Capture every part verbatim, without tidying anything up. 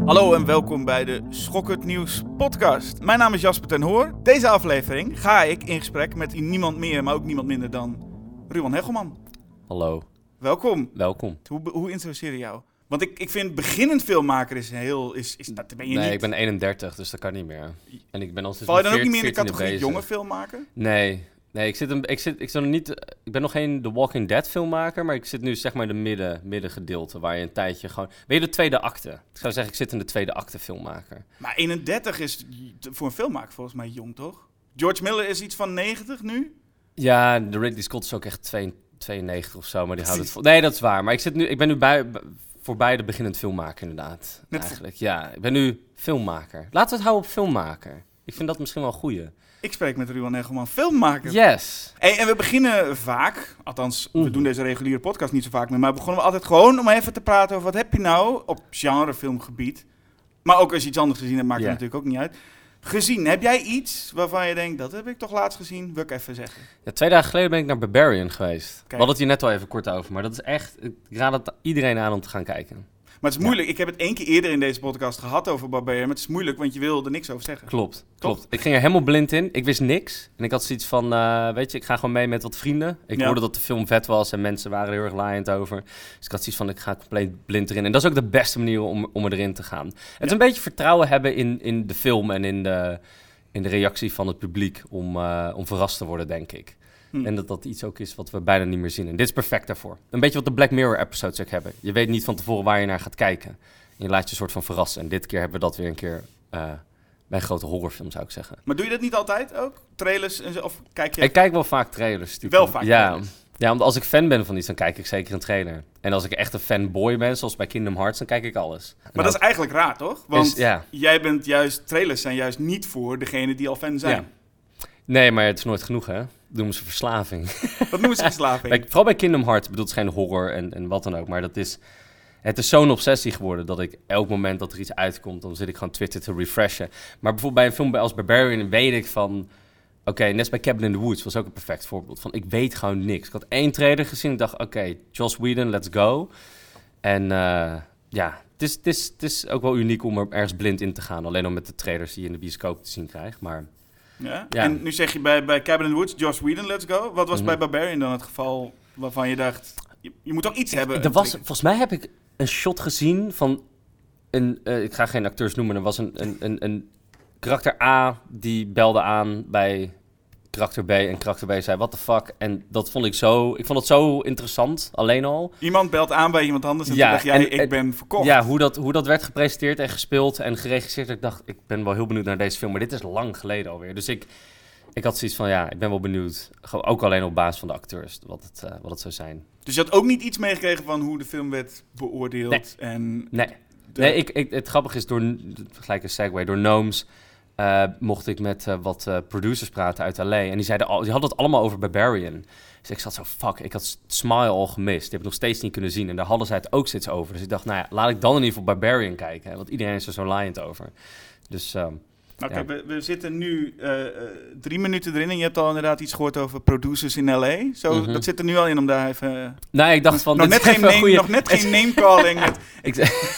Hallo en welkom bij de Schokkend Nieuws podcast. Mijn naam is Jasper ten Hoor. Deze aflevering ga ik in gesprek met niemand meer, maar ook niemand minder dan Ruwan Hegelman. Hallo. Welkom. Welkom. Hoe, hoe introduceer je jou? Want ik, ik vind beginnend filmmaker is heel... Is, is, dat ben je nee, niet. ik ben eenendertig, dus dat kan niet meer. En ik ben al sinds Val je dan ook veertien, niet meer in de categorie bezig. jonge filmmaker? Nee. Nee, ik, zit een, ik, zit, ik, zit nog niet, ik ben nog geen The Walking Dead filmmaker, maar ik zit nu zeg maar in de midden, middengedeelte, waar je een tijdje gewoon... Weet je, de tweede acte? Ik zou zeggen, ik zit in de tweede acte filmmaker. Maar eenendertig is voor een filmmaker volgens mij jong, toch? George Miller is iets van negentig nu? Ja, de Ridley Scott is ook echt tweeënnegentig of zo, maar die houdt het vol. Nee, dat is waar. Maar ik, zit nu, ik ben nu bij, voorbij de beginnend filmmaker inderdaad. Net eigenlijk. Ja, ik ben nu filmmaker. Laten we het houden op filmmaker. Ik vind dat misschien wel een goeie. Ik spreek met Ruwan Hegelman, filmmaker. Yes. Hey, en we beginnen vaak, althans, we Mm. doen deze reguliere podcast niet zo vaak meer, maar begonnen we altijd gewoon om even te praten over wat heb je nou op genrefilmgebied, maar ook als je iets anders gezien hebt, maakt Ja. het natuurlijk ook niet uit, gezien. Heb jij iets waarvan je denkt, dat heb ik toch laatst gezien, wil ik even zeggen. Ja, twee dagen geleden ben ik naar Barbarian geweest. We Kijk. hadden het hier net al even kort over, maar dat is echt... Ik raad het iedereen aan om te gaan kijken. Maar het is moeilijk, ik heb het één keer eerder in deze podcast gehad over Barbarian, maar het is moeilijk, want je wil er niks over zeggen. Klopt, klopt. Ik ging er helemaal blind in. Ik wist niks. En ik had zoiets van, uh, weet je, ik ga gewoon mee met wat vrienden. Ik Ja. hoorde dat de film vet was en mensen waren er heel erg laaiend over. Dus ik had zoiets van, ik ga compleet blind erin. En dat is ook de beste manier om, om erin te gaan. Het Ja. een beetje vertrouwen hebben in, in de film en in de, in de reactie van het publiek om, uh, om verrast te worden, denk ik. Hm. En dat dat iets ook is wat we bijna niet meer zien. En dit is perfect daarvoor. Een beetje wat de Black Mirror episodes ook hebben. Je weet niet van tevoren waar je naar gaat kijken. Je laat je een soort van verrassen. En dit keer hebben we dat weer een keer uh, bij een grote horrorfilm, zou ik zeggen. Maar doe je dat niet altijd ook? Trailers en zo, of kijk je... Ik kijk wel vaak trailers. stiekem. Wel vaak ja. trailers? Ja, want als ik fan ben van iets, dan kijk ik zeker een trailer. En als ik echt een fanboy ben, zoals bij Kingdom Hearts, dan kijk ik alles. En Maar dat is eigenlijk raar, toch? Want is- ja. jij bent juist, trailers zijn juist niet voor degene die al fan zijn. Ja. Nee, maar het is nooit genoeg, hè? Noemen ze verslaving. Wat noemen ze verslaving? Bij, vooral bij Kingdom Hearts, ik bedoel, het is geen horror en, en wat dan ook, maar dat is... Het is zo'n obsessie geworden dat ik elk moment dat er iets uitkomt, dan zit ik gewoon Twitter te refreshen. Maar bijvoorbeeld bij een film als Barbarian weet ik van... Oké, okay, net als bij Cabin in the Woods was ook een perfect voorbeeld van... Ik weet gewoon niks. Ik had één trailer gezien en dacht, oké, okay, Joss Whedon, let's go. En uh, ja, het is, het, is, het is ook wel uniek om er ergens blind in te gaan. Alleen al met de trailers die je in de bioscoop te zien krijgt, maar... Ja? Ja. En nu zeg je bij, bij Cabin in the Woods, Joss Whedon, let's go. Wat was Mm-hmm. bij Barbarian dan het geval waarvan je dacht... Je, je moet toch iets hebben? Er was, volgens mij heb ik een shot gezien van een... Uh, ik ga geen acteurs noemen. Er was een, een, een, een karakter A die belde aan bij karakter B. En karakter B zei, what the fuck? En dat vond ik zo... Ik vond het zo interessant, alleen al. Iemand belt aan bij iemand anders en Ja, toen dacht jij, en- ik en- ben verkocht. Ja, hoe dat, hoe dat werd gepresenteerd en gespeeld en geregisseerd. Ik dacht, ik ben wel heel benieuwd naar deze film. Maar dit is lang geleden alweer. Dus ik, ik had zoiets van, ja, ik ben wel benieuwd. Gewoon ook alleen op basis van de acteurs, wat het, uh, wat het zou zijn. Dus je had ook niet iets meegekregen van hoe de film werd beoordeeld? Nee. En Nee. de- Nee, ik, ik, het grappige is, door, gelijk een segue, door Gnomes uh, mocht ik met uh, wat uh, producers praten uit L A. En die, zeiden al, die hadden het allemaal over Barbarian. Dus ik zat zo, fuck, ik had Smile al gemist. Die heb ik nog steeds niet kunnen zien. En daar hadden zij het ook steeds over. Dus ik dacht, nou ja, laat ik dan in ieder geval Barbarian kijken. Hè, want iedereen is er zo laaiend over. Dus, um, Oké, ja. we, we zitten nu uh, uh, drie minuten erin en je hebt al inderdaad iets gehoord over producers in L A. Zo, Mhm. Dat zit er nu al in om daar even... Uh, nou, ik dacht van... nog, dit net is geen even een name, goeie- nog net geen name-calling. Met- ik,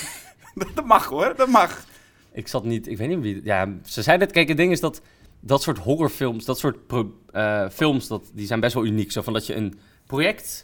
dat mag hoor, dat mag. ik zat niet... Ik weet niet wie... Ja, ze zeiden het... Kijk, het ding is dat... Dat soort horrorfilms, dat soort pro, uh, films, dat, die zijn best wel uniek. Zo van dat je een project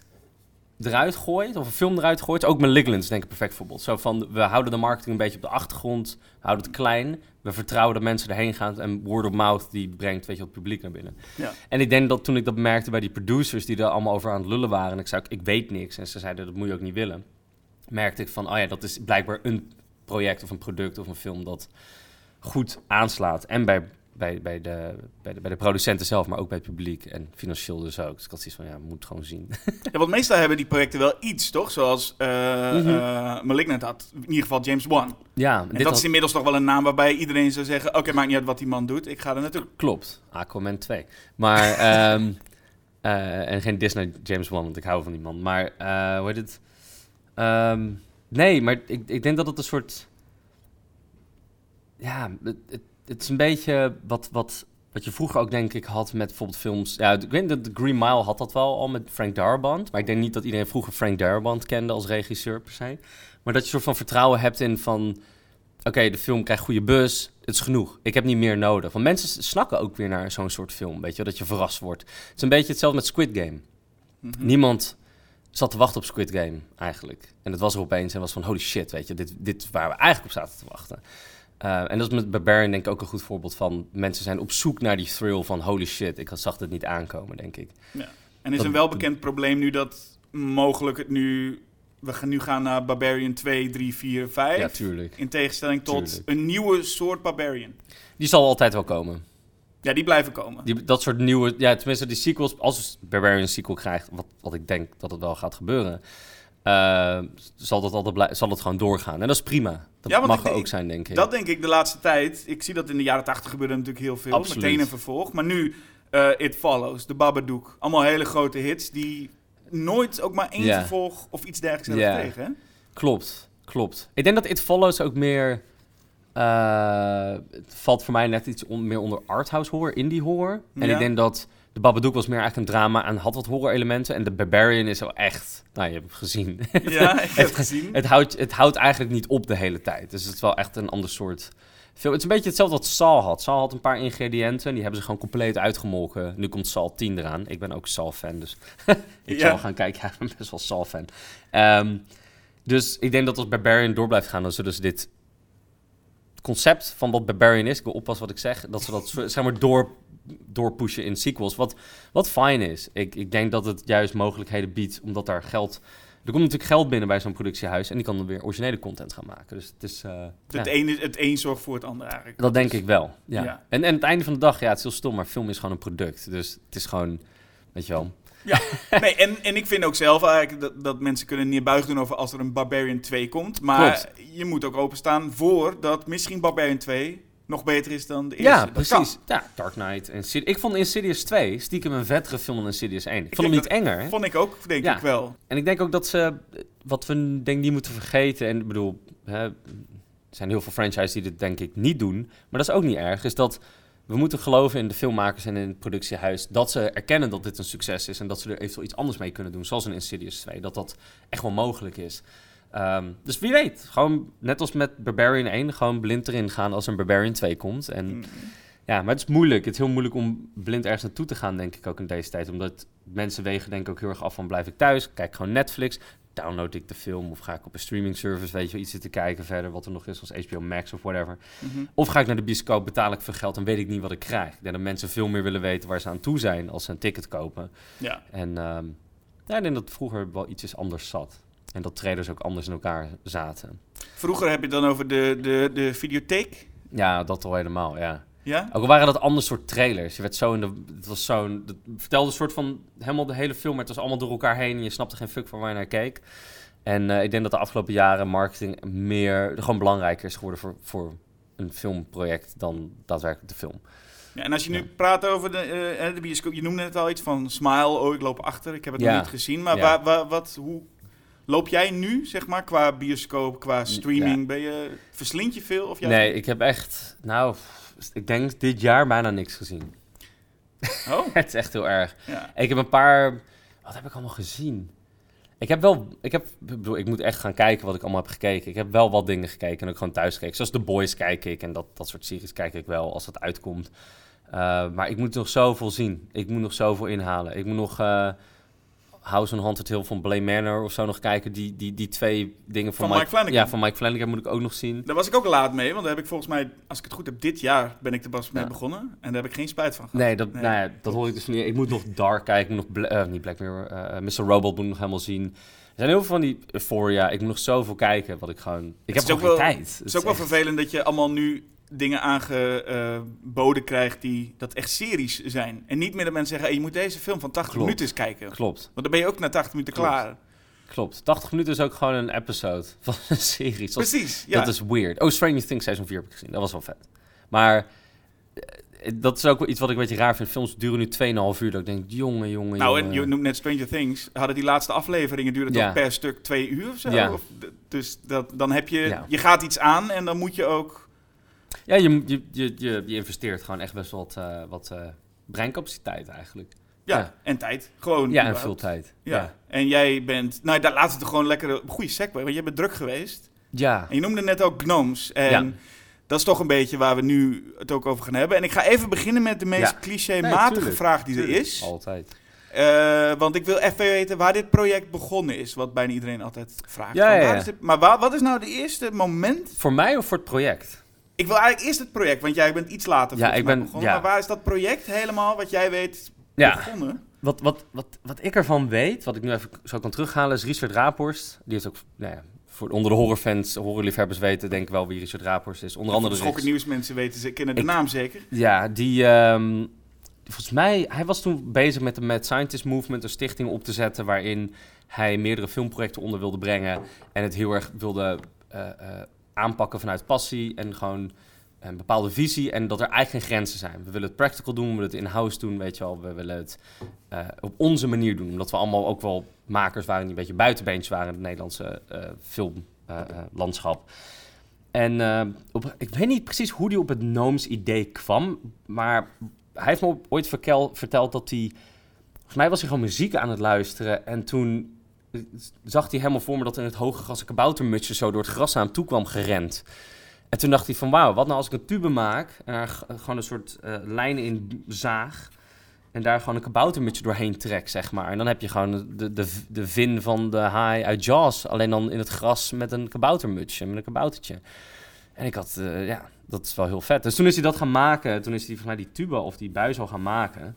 eruit gooit, of een film eruit gooit. Ook Malignant is denk ik een perfect voorbeeld. Zo van, we houden de marketing een beetje op de achtergrond, we houden het klein. We vertrouwen dat mensen erheen gaan en word of mouth die brengt, weet je, het publiek naar binnen. Ja. En ik denk dat toen ik dat merkte bij die producers die er allemaal over aan het lullen waren, en ik zei ook, ik weet niks. En ze zeiden, dat moet je ook niet willen. Merkte ik van, oh ja, dat is blijkbaar een project of een product of een film dat goed aanslaat. En bij... Bij, bij, de, bij, de, bij de producenten zelf, maar ook bij het publiek. En financieel dus ook. Dus ik had zoiets van, ja, we moeten gewoon zien. Ja, want meestal hebben die projecten wel iets, toch? Zoals uh, Mhm. uh, Malignant had, in ieder geval James Wan. Ja, En dit dat had- is inmiddels toch wel een naam waarbij iedereen zou zeggen... Oké, maakt niet uit wat die man doet, ik ga er naartoe. Klopt, Aquaman twee. Maar, ehm uh, en geen Disney James Wan, want ik hou van die man. Maar, uh, hoe heet het? Um, nee, maar ik, ik denk dat het een soort... Ja, het, het, het is een beetje wat, wat, wat je vroeger ook denk ik had met bijvoorbeeld films... Ja, ik weet dat The Green Mile had dat wel al met Frank Darabont. Maar ik denk niet dat iedereen vroeger Frank Darabont kende als regisseur per se. Maar dat je een soort van vertrouwen hebt in van... oké, okay, de film krijgt goede buzz, het is genoeg. Ik heb niet meer nodig. Want mensen snakken ook weer naar zo'n soort film, weet je, dat je verrast wordt. Het is een beetje hetzelfde met Squid Game. Mm-hmm. Niemand zat te wachten op Squid Game, eigenlijk. En het was er opeens en was van, holy shit, weet je, dit, dit waar we eigenlijk op zaten te wachten. Uh, en dat is met Barbarian denk ik ook een goed voorbeeld van... mensen zijn op zoek naar die thrill van, holy shit, ik zag het niet aankomen, denk ik. Ja. En is dat, een welbekend probleem nu dat mogelijk het nu... we gaan nu gaan naar Barbarian twee, drie, vier, vijf. Ja, tuurlijk. In tegenstelling tot tuurlijk. een nieuwe soort Barbarian. Die zal altijd wel komen. Ja, die blijven komen. Die, dat soort nieuwe... Ja, tenminste, die sequels... Als Barbarian een sequel krijgt, wat, wat ik denk dat het wel gaat gebeuren... Uh, zal, dat altijd blij, zal het gewoon doorgaan. En dat is prima. Dat ja, mag er denk, ook zijn, denk ik. Dat denk ik de laatste tijd. Ik zie dat in de jaren tachtig gebeurde natuurlijk heel veel. Absoluut. Meteen een vervolg. Maar nu, uh, It Follows, The Babadook. Allemaal hele grote hits die nooit ook maar één yeah. vervolg of iets dergelijks hebben yeah. gekregen. Hè? Klopt, klopt. Ik denk dat It Follows ook meer... Uh, het valt voor mij net iets on, meer onder arthouse horror, indie horror. En ja. ik denk dat de Babadook was meer eigenlijk een drama en had wat horror elementen. En de Barbarian is wel echt... Nou, je hebt het gezien. Ja, ik heb het gezien. Het houdt, het houdt eigenlijk niet op de hele tijd. Dus het is wel echt een ander soort film. Het is een beetje hetzelfde wat Saw had. Saw had een paar ingrediënten en die hebben ze gewoon compleet uitgemolken. Nu komt Saw tien eraan. Ik ben ook Saw-fan, dus ik ja. zal gaan kijken. Ja, ik ben best wel Saw-fan. Um, dus ik denk dat als Barbarian door blijft gaan, dan zullen ze dit... concept van wat Barbarian is, ik wil oppassen wat ik zeg, dat ze dat zeg maar door, doorpushen in sequels, wat, wat fijn is. Ik, ik denk dat het juist mogelijkheden biedt, omdat daar geld... Er komt natuurlijk geld binnen bij zo'n productiehuis en die kan dan weer originele content gaan maken. Dus het is... Uh, het, ja. een, het een zorgt voor het ander eigenlijk. Dat denk ik wel, ja. ja. En, en het einde van de dag, ja, het is heel stom, maar film is gewoon een product. Dus het is gewoon, weet je wel... Ja, nee, en, en ik vind ook zelf eigenlijk dat, dat mensen kunnen niet buig doen over als er een Barbarian twee komt. Maar Klopt. je moet ook openstaan voor dat misschien Barbarian twee nog beter is dan de eerste. Ja, precies. Ja, Dark Knight. En Insid- ik vond Insidious twee stiekem een vettere film dan Insidious één. Ik, ik vond hem niet dat, enger. Hè? Vond ik ook, denk ja. ik wel. En ik denk ook dat ze, wat we denk niet moeten vergeten, en ik bedoel, hè, er zijn heel veel franchises die dit denk ik niet doen, maar dat is ook niet erg, is dat... We moeten geloven in de filmmakers en in het productiehuis... dat ze erkennen dat dit een succes is... en dat ze er eventueel iets anders mee kunnen doen... zoals in Insidious twee, dat dat echt wel mogelijk is. Um, dus wie weet, gewoon net als met Barbarian één... gewoon blind erin gaan als er een Barbarian twee komt. En, mm. Ja, maar het is moeilijk. Het is heel moeilijk om blind ergens naartoe te gaan, denk ik ook in deze tijd. Omdat mensen wegen denk ik ook heel erg af van... blijf ik thuis, kijk gewoon Netflix... download ik de film of ga ik op een streaming service, weet je, iets zitten kijken verder, wat er nog is, als H B O Max of whatever. Mm-hmm. Of ga ik naar de bioscoop, betaal ik veel geld en weet ik niet wat ik krijg. Ik denk dat mensen veel meer willen weten waar ze aan toe zijn als ze een ticket kopen. Ja. En um, ja, ik denk dat vroeger wel iets anders zat. En dat trailers ook anders in elkaar zaten. Vroeger heb je het dan over de, de, de videotheek? Ja, dat al helemaal, ja. Ja? Ook al waren dat ander soort trailers. Je werd zo in de... Het was zo'n... Het vertelde een soort van... Helemaal de hele film, maar het was allemaal door elkaar heen... en je snapte geen fuck van waar je naar keek. En uh, ik denk dat de afgelopen jaren marketing meer... gewoon belangrijker is geworden voor, voor een filmproject... dan daadwerkelijk de film. Ja, en als je nu ja. praat over de, uh, de bioscoop... Je noemde net al iets van Smile. Oh, ik loop achter. Ik heb het ja. nog niet gezien. Maar ja. waar, waar, wat... Hoe... Loop jij nu, zeg maar, qua bioscoop, qua streaming? Ja. Ben je, verslind je veel? Of juist nee, niet? ik heb echt... Nou, ik denk dit jaar bijna niks gezien. Oh. Het is echt heel erg. Ja. Ik heb een paar... Wat heb ik allemaal gezien? Ik heb wel... Ik, heb, ik, bedoel, ik moet echt gaan kijken wat ik allemaal heb gekeken. Ik heb wel wat dingen gekeken en ook gewoon thuis gekeken. Zoals The Boys kijk ik en dat, dat soort series kijk ik wel als dat uitkomt. Uh, maar ik moet nog zoveel zien. Ik moet nog zoveel inhalen. Ik moet nog... Uh, House on Haunted Hill van Bly Manor of zo nog kijken. Die, die, die twee dingen van, van Mike, Mike Flanagan. Ja, van Mike Flanagan moet ik ook nog zien. Daar was ik ook laat mee, want daar heb ik volgens mij, als ik het goed heb, dit jaar ben ik er pas mee ja. begonnen. En daar heb ik geen spijt van gehad. Nee, dat, nee. Nou ja, dat hoor ik dus niet. Ik moet nog Dark kijken, ik moet nog, Bla- uh, niet Black Mirror, uh, mister Robot moet ik nog helemaal zien. Er zijn heel veel van die Euphoria. Ik moet nog zoveel kijken, wat ik gewoon... Ik heb gewoon geen tijd. Het is, het is ook wel echt... vervelend dat je allemaal nu dingen aangeboden uh, krijgt die dat echt series zijn. En niet meer dat mensen zeggen, hey, je moet deze film van tachtig Klopt. minuten eens kijken. Klopt. Want dan ben je ook na tachtig minuten Klopt. klaar. Klopt. tachtig minuten is ook gewoon een episode van een serie. Zoals, Precies, ja. Dat is weird. Oh, Stranger Things seizoen vier heb ik gezien. Dat was wel vet. Maar dat is ook wel iets wat ik een beetje raar vind. Films duren nu twee komma vijf uur. Dat ik denk, jongen, jongen, Nou, jongen. en je noemt net Stranger Things. Hadden die laatste afleveringen duren ja. toch per stuk twee uur of zo? Ja. Of, dus dat, dan heb je... Ja. Je gaat iets aan en dan moet je ook... Ja, je, je, je, je, je investeert gewoon echt best wel wat, uh, wat uh, breincapaciteit eigenlijk. Ja, ja, en tijd. Gewoon. Ja, en veel tijd. Ja. ja. En jij bent... Nou, daar laat het er gewoon lekker... Een goede segue, want jij bent druk geweest. Ja. En je noemde net ook Gnomes. En Ja. dat is toch een beetje waar we nu het ook over gaan hebben. En ik ga even beginnen met de meest Ja. clichématige Nee, vraag die tuurlijk. er is. Altijd. Uh, want ik wil even weten waar dit project begonnen is. Wat bijna iedereen altijd vraagt. Ja, Van, ja, waar ja. is dit, maar waar, wat is nou de eerste moment... Voor mij of voor het project? Ik wil eigenlijk eerst het project, want jij bent iets later Ja, ik ben- begonnen. ja. Maar waar is dat project helemaal, wat jij weet, Ja. begonnen? Wat, wat, wat, wat ik ervan weet, wat ik nu even zo kan terughalen, is Richard Raaphorst. Die heeft ook, nou ja, voor, onder de horrorfans, horrorliefhebbers weten denk ik wel wie Richard Raaphorst is. Onder andere de Schokken regisseur- nieuwsmensen weten, ze kennen de Ik- naam zeker. Ja, die... ehm, volgens mij, hij was toen bezig met de Mad Scientist Movement, een stichting op te zetten waarin hij meerdere filmprojecten onder wilde brengen en het heel erg wilde uh, uh, aanpakken vanuit passie en gewoon een bepaalde visie en dat er eigenlijk geen grenzen zijn. We willen het practical doen, we willen het in-house doen, weet je wel. We willen het uh, op onze manier doen, omdat we allemaal ook wel makers waren die een beetje buitenbeentjes waren in het Nederlandse uh, filmlandschap. Uh, en uh, op, ik weet niet precies hoe hij op het Gnomes idee kwam, maar hij heeft me ooit verkel, verteld dat hij... Volgens mij was hij gewoon muziek aan het luisteren. En toen zag hij helemaal voor me dat in het hoge gras een kaboutermutsje zo door het gras aan hem toe kwam gerend. En toen dacht hij van wauw, wat nou als ik een tube maak en er g- gewoon een soort uh, lijnen in zaag en daar gewoon een kaboutermutsje doorheen trek, zeg maar. En dan heb je gewoon de, de, de vin van de haai uit Jaws, alleen dan in het gras met een kaboutermutsje, met een kaboutertje. En ik had, uh, ja, dat is wel heel vet. Dus toen is hij dat gaan maken. Toen is hij volgens mij die tuba of die buis al gaan maken.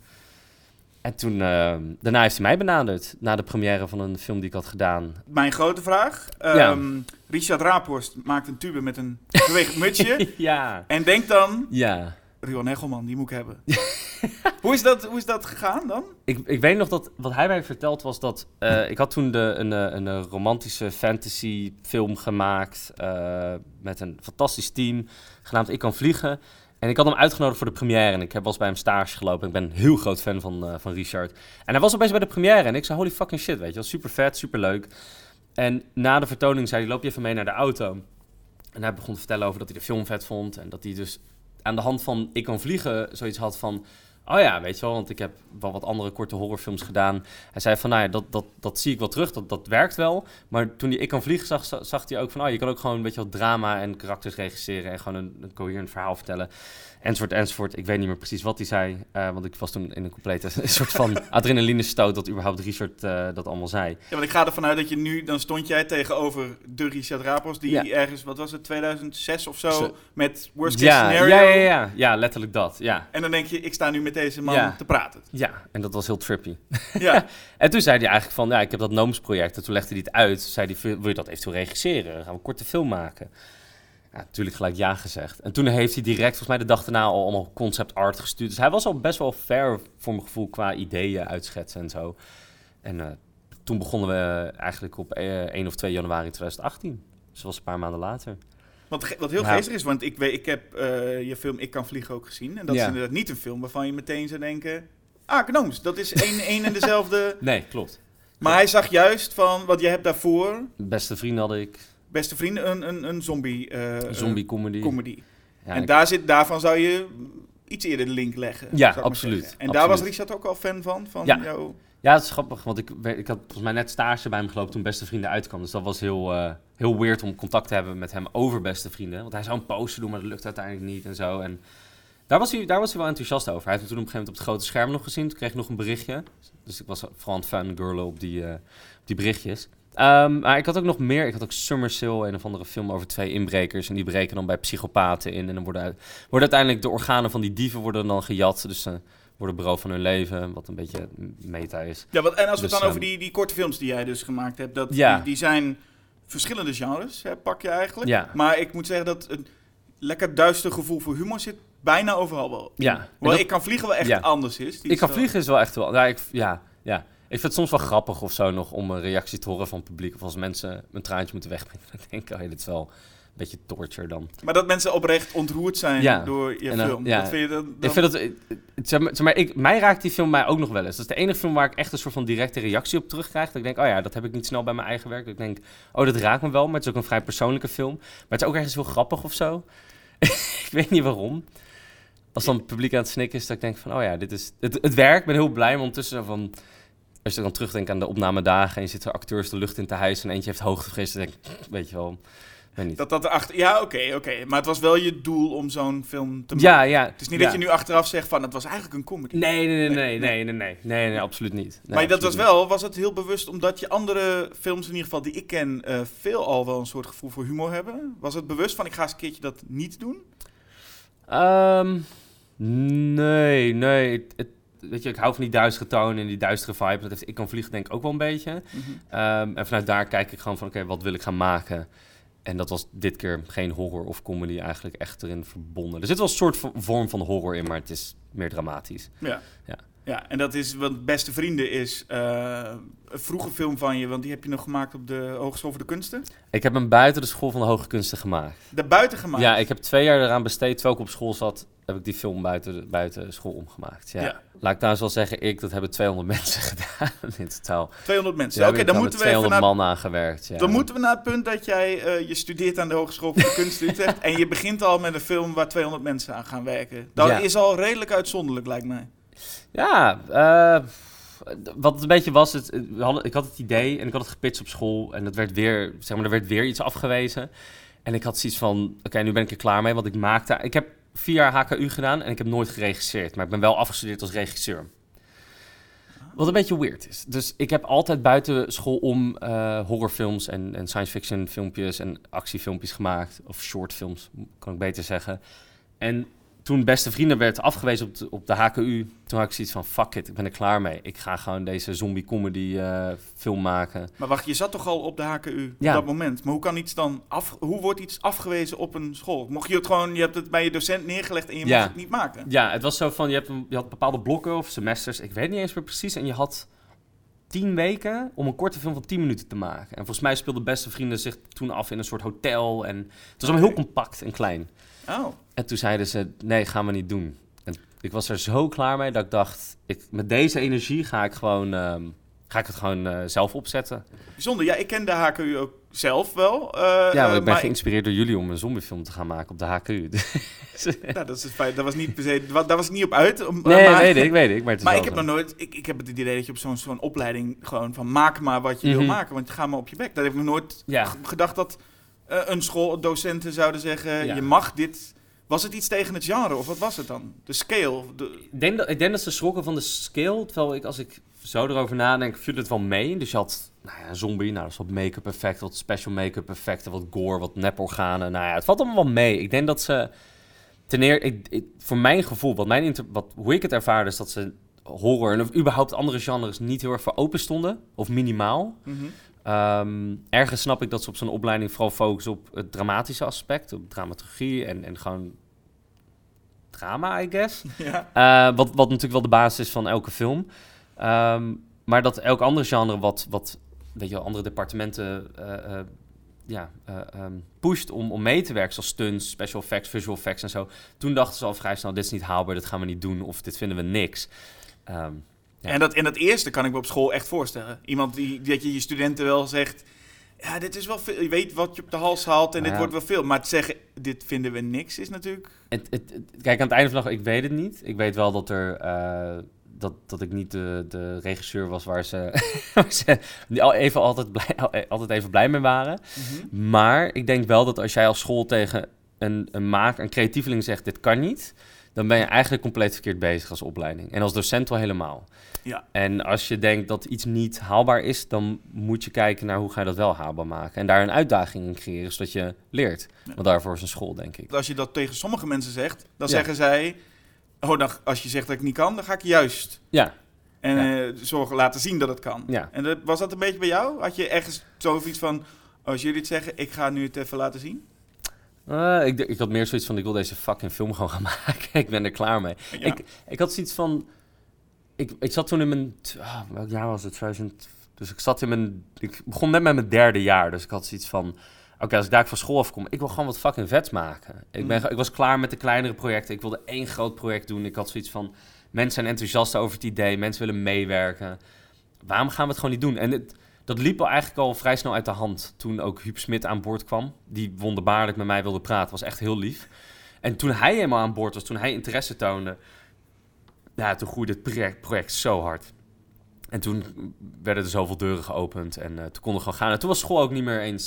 En toen, uh, daarna heeft hij mij benaderd. Na de première van een film die ik had gedaan. Mijn grote vraag. Ja. Um, Richard Raaphorst maakt een tube met een bewegend mutsje. Ja. En denkt dan, Ja. Rion Hegelman, die moet ik hebben. hoe, is dat, hoe is dat gegaan dan? Ik, ik weet nog dat, wat hij mij verteld was dat... Uh, ik had toen de, een, een, een romantische fantasy film gemaakt. Uh, met een fantastisch team. Genaamd Ik Kan Vliegen. En ik had hem uitgenodigd voor de première. En ik heb was bij hem stage gelopen. Ik ben een heel groot fan van, uh, van Richard. En hij was opeens bij de première. En ik zei, holy fucking shit, weet je wel. Super vet, super leuk. En na de vertoning zei hij, loop je even mee naar de auto. En hij begon te vertellen over dat hij de film vet vond. En dat hij dus aan de hand van Ik Kan Vliegen zoiets had van... Oh ja, weet je wel, want ik heb wel wat andere korte horrorfilms gedaan. Hij zei van, nou ja, dat, dat, dat zie ik wel terug, dat, dat werkt wel. Maar toen hij Ik Kan Vliegen zag, zag hij ook van... Oh, je kan ook gewoon een beetje wat drama en karakters regisseren... en gewoon een, een coherent verhaal vertellen. Enzovoort, enzovoort. Ik weet niet meer precies wat hij zei... Uh, want ik was toen in een complete een soort van adrenalinestoot... dat überhaupt Richard uh, dat allemaal zei. Ja, want ik ga ervan uit dat je nu... Dan stond jij tegenover de Richard Raaphorst... die Ja. ergens, wat was het, tweeduizend zes of zo... Zo. met worst case Ja, scenario... ja, ja, ja, ja, letterlijk dat, ja. En dan denk je, ik sta nu met deze man Ja. te praten. Ja, en dat was heel trippy. Ja. En toen zei hij eigenlijk van, ja, ik heb dat Gnomes-project. En toen legde hij het uit. Zei hij, wil je dat eventueel regisseren? Dan gaan we een korte film maken. Ja, natuurlijk gelijk ja gezegd. En toen heeft hij direct, volgens mij de dag daarna, al allemaal concept art gestuurd. Dus hij was al best wel ver, voor mijn gevoel, qua ideeën uitschetsen en zo. En uh, toen begonnen we eigenlijk op uh, één of twee januari tweeduizend achttien. Dus dat was een paar maanden later. Wat, ge- wat heel Ja. geestig is, want ik, weet, ik heb uh, je film Ik Kan Vliegen ook gezien. En dat Ja. is inderdaad niet een film waarvan je meteen zou denken... Ah, Gnomes, dat is één, één en dezelfde... Nee, klopt. Maar hij zag juist van, wat je hebt daarvoor... Beste vriend had ik. Beste vrienden, een, een, een zombie... Uh, Zombie comedy. comedy. Ja, en ik- daar zit, daarvan zou je iets eerder de link leggen. Ja, zou ik maar absoluut, zeggen. En daar absoluut. was Richard ook al fan van? van Ja. jou? Ja, dat is grappig, want ik, ik had volgens mij net stage bij hem gelopen toen Beste Vrienden uitkwam. Dus dat was heel, uh, heel weird om contact te hebben met hem over Beste Vrienden. Want hij zou een poster doen, maar dat lukt uiteindelijk niet en zo. En daar was hij, daar was hij wel enthousiast over. Hij heeft me toen op een gegeven moment op het grote scherm nog gezien. Toen kreeg ik nog een berichtje. Dus ik was vooral aan het fangirlen op die, uh, op die berichtjes. Um, maar ik had ook nog meer. Ik had ook Summer Sale, een of andere film over twee inbrekers. En die breken dan bij psychopaten in. En dan worden, uit, worden uiteindelijk de organen van die dieven worden dan gejat. Dus ze uh, worden beroofd van hun leven, wat een beetje meta is. Ja, wat, en als we Dus, het dan over um, die, die korte films die jij dus gemaakt hebt... Dat, Ja. die, die zijn verschillende genres, hè, pak je eigenlijk. Ja. Maar ik moet zeggen dat een lekker duister gevoel voor humor zit bijna overal wel. Ja. En Hoewel dat- Ik Kan Vliegen wel echt Ja. anders is. Die Ik is kan wel- vliegen is wel echt wel... Ja, ik, ja, ja. Ik vind het soms wel grappig of zo nog om een reactie te horen van het publiek. Of als mensen een traantje moeten wegbrengen. Dan denk ik, oh ja, dit is wel een beetje torture dan. Maar dat mensen oprecht ontroerd zijn Ja. door je En dan- film. ja. Dat vind je dan, dan- Ik vind dat... eh, Zeg maar, zeg maar, ik, mij raakt die film mij ook nog wel eens. Dat is de enige film waar ik echt een soort van directe reactie op terugkrijg. Dat ik denk, oh ja, dat heb ik niet snel bij mijn eigen werk. Dat ik denk, oh, dat raakt me wel. Maar het is ook een vrij persoonlijke film. Maar het is ook ergens heel grappig of zo. Ik weet niet waarom. Als dan het publiek aan het snikken is, dat ik denk van, oh ja, dit is... Het, het werkt, ik ben heel blij, maar ondertussen zo van... Als je dan terugdenkt aan de opnamedagen en je zit er acteurs de lucht in te hijsen en eentje heeft hoogtevrees, dan denk ik, weet je wel, weet niet. Dat dat erachter... Ja, oké, okay, oké. Okay. Maar het was wel je doel om zo'n film te maken. Ja, ja. Het is niet ja. dat je nu achteraf zegt van, het was eigenlijk een comedy. Nee, nee, nee, nee, nee, nee, nee, nee, nee absoluut niet. Nee, maar dat was niet. wel, was het heel bewust omdat je andere films in ieder geval die ik ken, uh, veel al wel een soort gevoel voor humor hebben? Was het bewust van, ik ga eens een keertje dat niet doen? Um, nee, nee. Het, het, weet je, ik hou van die duistere toon en die duistere vibe. Dat heeft Ik Kan Vliegen denk ik ook wel een beetje. Mm-hmm. Um, en vanuit daar kijk ik gewoon van, oké, okay, wat wil ik gaan maken? En dat was dit keer geen horror of comedy eigenlijk echt erin verbonden. Er zit wel een soort vorm van horror in, maar het is meer dramatisch. Ja, ja. ja en dat is, want Beste Vrienden is uh, een vroege film van je, want die heb je nog gemaakt op de Hogeschool voor de Kunsten? Ik heb hem buiten de School van de Hoge Kunsten gemaakt. De buiten gemaakt? Ja, ik heb twee jaar eraan besteed, terwijl ik op school zat, heb ik die film buiten, buiten school omgemaakt. Ja. Ja. Laat ik trouwens wel zeggen, ik, dat hebben tweehonderd mensen gedaan in totaal. tweehonderd mensen, ja, oké, okay, dan moeten we tweehonderd even man aangewerkt. Ja. Dan moeten we naar het punt dat jij, uh, je studeert aan de Hogeschool voor de Kunsten Utrecht en je begint al met een film waar tweehonderd mensen aan gaan werken. Dat ja. is al redelijk uitzonderlijk, lijkt mij. Ja, uh, wat het een beetje was, het, we hadden, ik had het idee en ik had het gepitcht op school en dat werd weer, zeg maar, er werd weer iets afgewezen. En ik had zoiets van, oké, okay, nu ben ik er klaar mee, want ik maakte, ik heb vier jaar H K U gedaan en ik heb nooit geregisseerd, maar ik ben wel afgestudeerd als regisseur. Wat een beetje weird is. Dus ik heb altijd buiten school om uh, horrorfilms en, en science fiction filmpjes en actiefilmpjes gemaakt. Of shortfilms, kan ik beter zeggen. En toen Beste Vrienden werd afgewezen op de, op de H K U, toen had ik zoiets van, fuck it, ik ben er klaar mee. Ik ga gewoon deze zombie-comedy uh, film maken. Maar wacht, je zat toch al op de H K U ja. op dat moment? Maar hoe kan iets dan af, hoe wordt iets afgewezen op een school? Mocht je het gewoon, je hebt het bij je docent neergelegd en je ja. mocht het niet maken? Ja, het was zo van, je, hebt een, je had bepaalde blokken of semesters, ik weet niet eens meer precies, en je had tien weken om een korte film van tien minuten te maken. En volgens mij speelden Beste Vrienden zich toen af in een soort hotel en het was allemaal heel compact en klein. Oh. En toen zeiden ze, nee, gaan we niet doen. En ik was er zo klaar mee dat ik dacht, ik, met deze energie ga ik, gewoon, um, ga ik het gewoon uh, zelf opzetten. Bijzonder. Ja, ik ken de H K U ook zelf wel. Uh, ja, maar ik ben maar geïnspireerd door jullie om een zombiefilm te gaan maken op de H K U. nou, dat is het feit. Dat was niet per se, daar was ik niet op uit. Om, nee, maar, weet ik, weet ik. Maar, het is maar ik heb zo. nog nooit, ik, ik heb het idee dat je op zo'n, zo'n opleiding gewoon van maak maar wat je mm-hmm. wil maken. Want ga maar op je bek. Dat heb ik nog nooit ja. g- gedacht dat uh, een school, docenten zouden zeggen, ja. je mag dit. Was het iets tegen het genre of wat was het dan? De scale? De... Ik, denk dat, ik denk dat ze schrokken van de scale. Terwijl ik, als ik zo erover nadenk, viel het wel mee. Dus je had nou ja, een zombie, nou, dat is wat make-up effecten, wat special make-up effecten, wat gore, wat neporganen. Nou ja, het valt allemaal wel mee. Ik denk dat ze, ten eerste, ik, ik, voor mijn gevoel, wat mijn inter, wat, hoe ik het ervaarde, is dat ze horror en of überhaupt andere genres niet heel erg voor open stonden. Of minimaal. Mm-hmm. Um, ergens snap ik dat ze op zo'n opleiding vooral focussen op het dramatische aspect, op dramaturgie en, en gewoon drama, I guess. Ja. Uh, wat, wat natuurlijk wel de basis is van elke film. Um, maar dat elk andere genre wat, wat weet je wel, andere departementen uh, uh, ja, uh, um, pusht om, om mee te werken, zoals stunts, special effects, visual effects en zo. Toen dachten ze al vrij snel, dit is niet haalbaar, dit gaan we niet doen of dit vinden we niks. Um, Ja. En, dat, en dat eerste kan ik me op school echt voorstellen. Iemand die, dat je je studenten wel zegt, ja, dit is wel veel. Je weet wat je op de hals haalt en nou dit ja. wordt wel veel. Maar te zeggen, dit vinden we niks, is natuurlijk... Het, het, het, kijk, aan het einde van de dag, ik weet het niet. Ik weet wel dat er... Uh, dat, dat ik niet de, de regisseur was waar ze, waar ze even altijd, blij, altijd even blij mee waren. Mm-hmm. Maar ik denk wel dat als jij als school tegen een, een maker, een creatieveling zegt, dit kan niet, dan ben je eigenlijk compleet verkeerd bezig als opleiding. En als docent wel helemaal. Ja. En als je denkt dat iets niet haalbaar is, dan moet je kijken naar hoe ga je dat wel haalbaar maken. En daar een uitdaging in creëren, zodat je leert. Ja. Want daarvoor is een school, denk ik. Als je dat tegen sommige mensen zegt, dan ja. zeggen zij, oh, dan, als je zegt dat ik niet kan, dan ga ik juist. Ja. En ja. uh, zorgen laten zien dat het kan. Ja. En dat, was dat een beetje bij jou? Had je ergens zoiets van, als jullie het zeggen, ik ga nu het even laten zien? Uh, ik, ik had meer zoiets van, ik wil deze fucking film gewoon gaan maken. Ik ben er klaar mee. Ja. Ik, ik had zoiets van... Ik, ik zat toen in mijn... Oh, welk jaar was het? twintig Dus ik zat in mijn... Ik begon net met mijn derde jaar. Dus ik had zoiets van... Oké, okay, als ik daar van school afkom... Ik wil gewoon wat fucking vets maken. Ik, ben, ik was klaar met de kleinere projecten. Ik wilde één groot project doen. Ik had zoiets van... Mensen zijn enthousiast over het idee. Mensen willen meewerken. Waarom gaan we het gewoon niet doen? En het... Dat liep al eigenlijk al vrij snel uit de hand toen ook Huub Smit aan boord kwam. Die wonderbaarlijk met mij wilde praten. Was echt heel lief. En toen hij helemaal aan boord was, toen hij interesse toonde... Ja, toen groeide het project, project zo hard. En toen werden er zoveel deuren geopend en uh, toen konden we gewoon gaan. En toen was school ook niet meer eens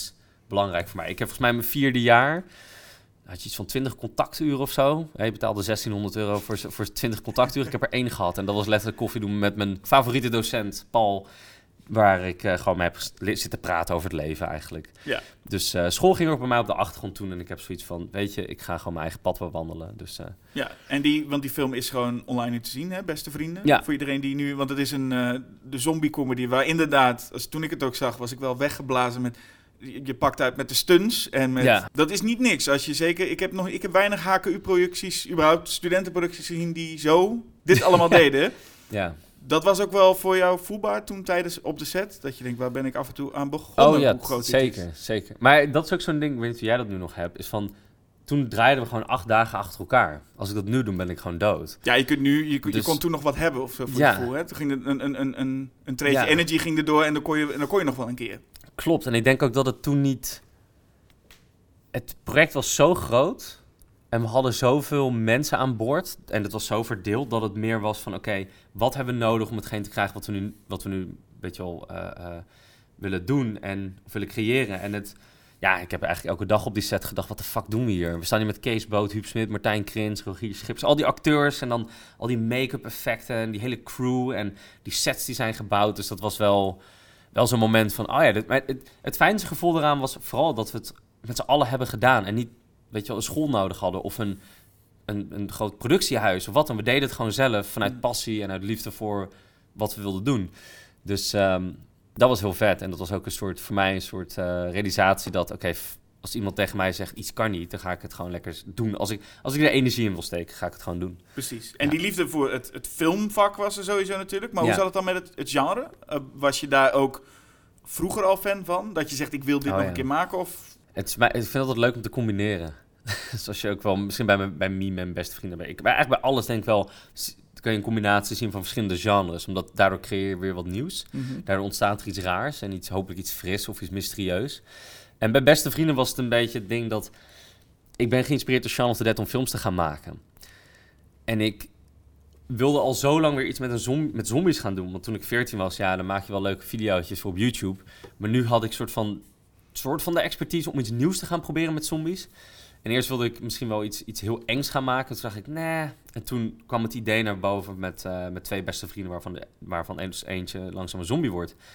belangrijk voor mij. Ik heb volgens mij mijn vierde jaar... had je iets van twintig contacturen of zo. Je betaalde zestienhonderd euro voor, voor twintig contacturen. Ik heb er één gehad. En dat was letterlijk koffie doen met mijn favoriete docent, Paul. Waar ik uh, gewoon mee heb zitten praten over het leven eigenlijk. Ja. Dus uh, school ging ook bij mij op de achtergrond toen. En ik heb zoiets van, weet je, ik ga gewoon mijn eigen pad bewandelen. Dus, uh, ja, en die, want die film is gewoon online nu te zien, hè, beste vrienden. Ja. Voor iedereen die nu... Want het is een uh, de zombie-comedy waar inderdaad... Als, toen ik het ook zag, was ik wel weggeblazen met... Je pakt uit met de stunts en met... Ja. Dat is niet niks. Als je zeker... Ik heb, nog, ik heb weinig H K U-producties, überhaupt studentenproducties gezien die zo dit allemaal deden. Ja. Dat was ook wel voor jou voelbaar toen tijdens op de set? Dat je denkt, waar ben ik af en toe aan begonnen? Oh ja, hoe groot zeker, dit is. zeker. Maar dat is ook zo'n ding, ik weet niet of jij dat nu nog hebt, is van... Toen draaiden we gewoon acht dagen achter elkaar. Als ik dat nu doe, ben ik gewoon dood. Ja, je kunt nu, je, je Dus, kon toen nog wat hebben of zo voor ja. je gevoel. Hè? Toen ging er een, een, een, een, een treetje Ja. energy ging erdoor en dan kon, je, en dan kon je nog wel een keer. Klopt, en ik denk ook dat het toen niet... Het project was zo groot en we hadden zoveel mensen aan boord en het was zo verdeeld dat het meer was van oké, okay, wat hebben we nodig om hetgeen te krijgen wat we nu, wat we nu weet je wel, uh, uh, willen doen en of willen creëren. En het, ja, ik heb eigenlijk elke dag op die set gedacht, wat de fuck doen we hier? We staan hier met Kees Boot, Huub Smit, Martijn Krins, Rogier Schips, al die acteurs en dan al die make-up effecten en die hele crew en die sets die zijn gebouwd. Dus dat was wel, wel zo'n moment van, oh ja, dit, maar het, het fijnste gevoel eraan was vooral dat we het met z'n allen hebben gedaan en niet, weet je wel, een school nodig hadden of een, een, een groot productiehuis of wat dan. We deden het gewoon zelf vanuit passie en uit liefde voor wat we wilden doen. Dus um, dat was heel vet en dat was ook een soort, voor mij een soort uh, realisatie dat, oké, okay, f- als iemand tegen mij zegt iets kan niet, dan ga ik het gewoon lekker doen. Als ik, als ik er energie in wil steken, ga ik het gewoon doen. Precies. En Ja. die liefde voor het, het filmvak was er sowieso natuurlijk. Maar hoe Ja. zat het dan met het, het genre? Uh, was je daar ook vroeger al fan van? Dat je zegt, ik wil dit Oh, nog ja. een keer maken? Of... Het is, ik vind het altijd leuk om te combineren. Zoals je ook wel, misschien bij mijn, bij me, mijn beste vrienden. Bij, ik, bij, eigenlijk bij alles denk ik wel, kun je een combinatie zien van verschillende genres. Omdat daardoor creëer je weer wat nieuws. Mm-hmm. Daardoor ontstaat er iets raars en iets, hopelijk iets fris of iets mysterieus. En bij beste vrienden was het een beetje het ding dat... Ik ben geïnspireerd door Shaun of the Dead om films te gaan maken. En ik wilde al zo lang weer iets met, een zom- met zombies gaan doen. Want toen ik veertien was, ja, dan maak je wel leuke video's voor op YouTube. Maar nu had ik soort van, soort van de expertise om iets nieuws te gaan proberen met zombies. En eerst wilde ik misschien wel iets, iets heel engs gaan maken. Toen dacht ik, nee. En toen kwam het idee naar boven met, uh, met twee beste vrienden... waarvan, de, waarvan eens eentje langzaam een zombie wordt. Um,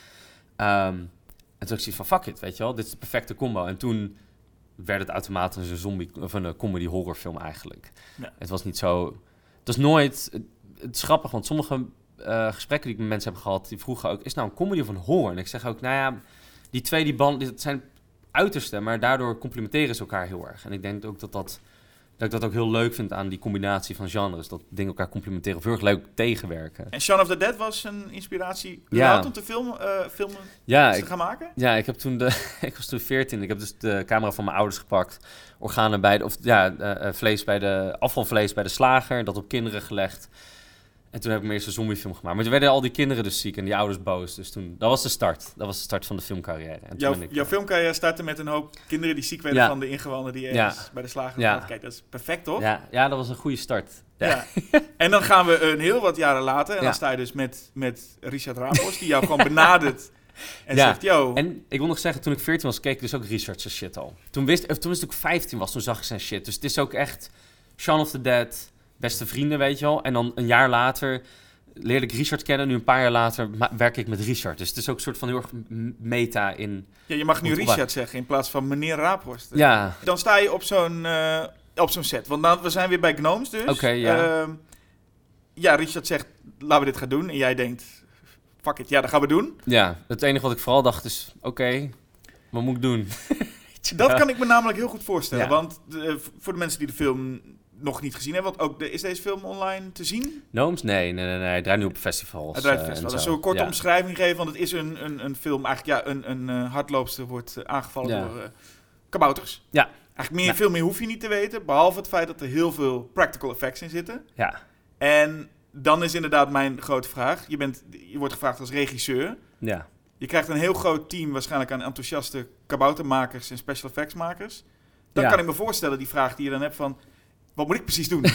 en toen dacht ik van, fuck it, weet je wel. Dit is de perfecte combo. En toen werd het automatisch een zombie of een comedy horrorfilm eigenlijk. Ja. Het was niet zo... Het was nooit... Het, het is grappig, want sommige uh, gesprekken die ik met mensen heb gehad... die vroegen ook, is het nou een comedy of een horror? En ik zeg ook, nou ja, die twee die band, dat zijn uiterste... maar daardoor complementeren ze elkaar heel erg. En ik denk ook dat, dat, dat ik dat ook heel leuk vind aan die combinatie van genres. Dat dingen elkaar complementeren of heel erg leuk tegenwerken. En Shaun of the Dead was een inspiratie Ja. om te filmen, uh, filmen Ja, te ik, gaan maken? ja, ik heb toen de, ik was toen veertien. Ik heb dus de camera van mijn ouders gepakt. Organen bij de, of ja, uh, uh, vlees bij de, afvalvlees bij de slager. Dat op kinderen gelegd. En toen heb ik mijn eerste zombiefilm gemaakt. Maar toen werden al die kinderen dus ziek en die ouders boos. Dus toen, dat was de start. Dat was de start van de filmcarrière. En toen Jouw, ben ik, jouw filmcarrière startte met een hoop kinderen die ziek werden Ja. van de ingewanden die ergens Ja. bij de slager Ja. hadden. Kijk, dat is perfect, toch? ja, ja, dat was een goede start. Ja. Ja. En dan gaan we een heel wat jaren later en Ja. dan sta je dus met, met Richard Ramos, die jou gewoon benadert en Ja. zegt, yo, En ik wil nog zeggen, toen ik veertien was, keek ik dus ook Richard zijn shit al. Toen wist, of toen was ik vijftien was, toen zag ik zijn shit. Dus het is ook echt Shaun of the Dead, beste vrienden, weet je wel. En dan een jaar later leerde ik Richard kennen. Nu een paar jaar later ma- werk ik met Richard. Dus het is ook een soort van heel erg m- meta in... ja, je mag nu Goed, Richard waar. zeggen in plaats van meneer Raaphorst. Ja, Dan sta je op zo'n, uh, op zo'n set, want dan, we zijn weer bij Gnomes dus. Oké, ja. Uh, ja, Richard zegt, laten we dit gaan doen. En jij denkt, fuck it, ja, dat gaan we doen. ja, het enige wat ik vooral dacht is, oké, okay, wat moet ik doen? Dat kan ik me namelijk heel goed voorstellen. Ja. Want uh, voor de mensen die de film nog niet gezien hebben, want ook de, is deze film online te zien? Gnomes? Nee, nee, nee, nee. Hij draait nu op festivals. Het draait uh, festival. en Dus zo. een korte Ja. omschrijving geven, want het is een, een, een film, eigenlijk ja, een, een uh, hardloopster wordt uh, aangevallen Ja. door uh, kabouters. Ja. Eigenlijk meer, Ja. veel meer hoef je niet te weten, behalve het feit dat er heel veel practical effects in zitten. Ja, En dan is inderdaad mijn grote vraag, je, bent, je wordt gevraagd als regisseur. ja. Je krijgt een heel groot team waarschijnlijk aan enthousiaste kaboutermakers en special effects makers. Dan Ja. kan ik me voorstellen, die vraag die je dan hebt van, wat moet ik precies doen?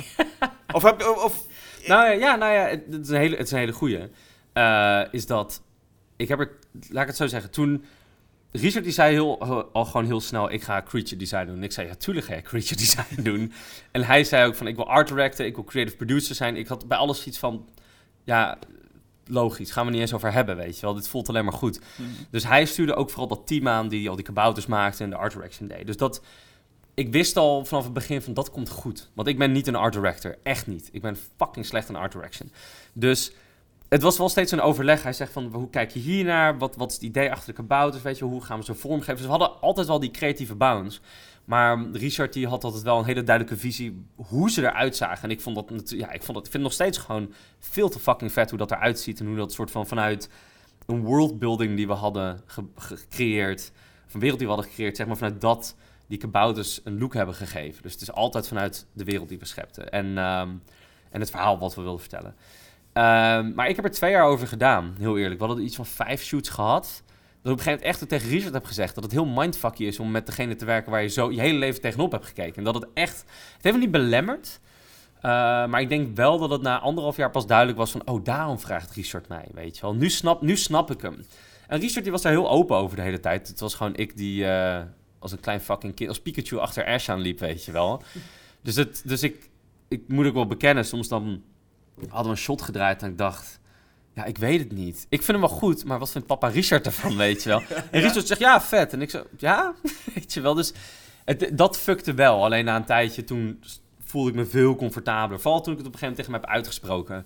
of heb of, of Nou ja, ja, nou ja, het, het is een hele, het is een hele goeie. Uh, is dat, ik heb er, laat ik het zo zeggen, toen Richard die zei heel, al gewoon heel snel, ik ga creature design doen. En ik zei, ja, tuurlijk ga je creature design doen. En hij zei ook van, ik wil art director, ik wil creative producer zijn. Ik had bij alles iets van, ja, logisch, gaan we niet eens over hebben, weet je wel. Dit voelt alleen maar goed. Mm-hmm. Dus hij stuurde ook vooral dat team aan die al die kabouters maakte en de art direction deed. Dus dat, ik wist al vanaf het begin van, dat komt goed. Want ik ben niet een art director, echt niet. Ik ben fucking slecht in art direction. Dus het was wel steeds een overleg. Hij zegt van, hoe kijk je hiernaar? Wat, wat is het idee achter de kabouters? Weet je, hoe gaan we ze vormgeven? Dus we hadden altijd wel die creatieve bounce. Maar Richard die had altijd wel een hele duidelijke visie hoe ze eruit zagen. En ik vond dat, ja, ik vond dat, ik vind het nog steeds gewoon veel te fucking vet hoe dat eruit ziet. En hoe dat soort van vanuit een worldbuilding die we hadden ge- gecreëerd, of een wereld die we hadden gecreëerd, zeg maar vanuit dat die kabouters een look hebben gegeven. Dus het is altijd vanuit de wereld die we schepten. En, um, en het verhaal wat we wilden vertellen. Um, maar ik heb er twee jaar over gedaan, heel eerlijk. We hadden iets van vijf shoots gehad. Dat ik op een gegeven moment echt tegen Richard heb gezegd dat het heel mindfucky is om met degene te werken waar je zo je hele leven tegenop hebt gekeken. En dat het echt, het heeft me niet belemmerd. Uh, maar ik denk wel dat het na anderhalf jaar pas duidelijk was van, oh, daarom vraagt Richard mij, weet je wel. Nu snap, nu snap ik hem. En Richard die was daar heel open over de hele tijd. Het was gewoon ik die uh, als een klein fucking kind, als Pikachu achter Ash aan liep, weet je wel. Dus, het, dus ik, ik moet ook wel bekennen, soms dan hadden we een shot gedraaid en ik dacht, ja, ik weet het niet. Ik vind hem wel goed, maar wat vindt papa Richard ervan, weet je wel? En ja? Richard zegt, ja, vet. En ik zo, ja, weet je wel. Dus het, dat fuckte wel. Alleen na een tijdje, toen voelde ik me veel comfortabeler. Vooral toen ik het op een gegeven moment tegen hem heb uitgesproken.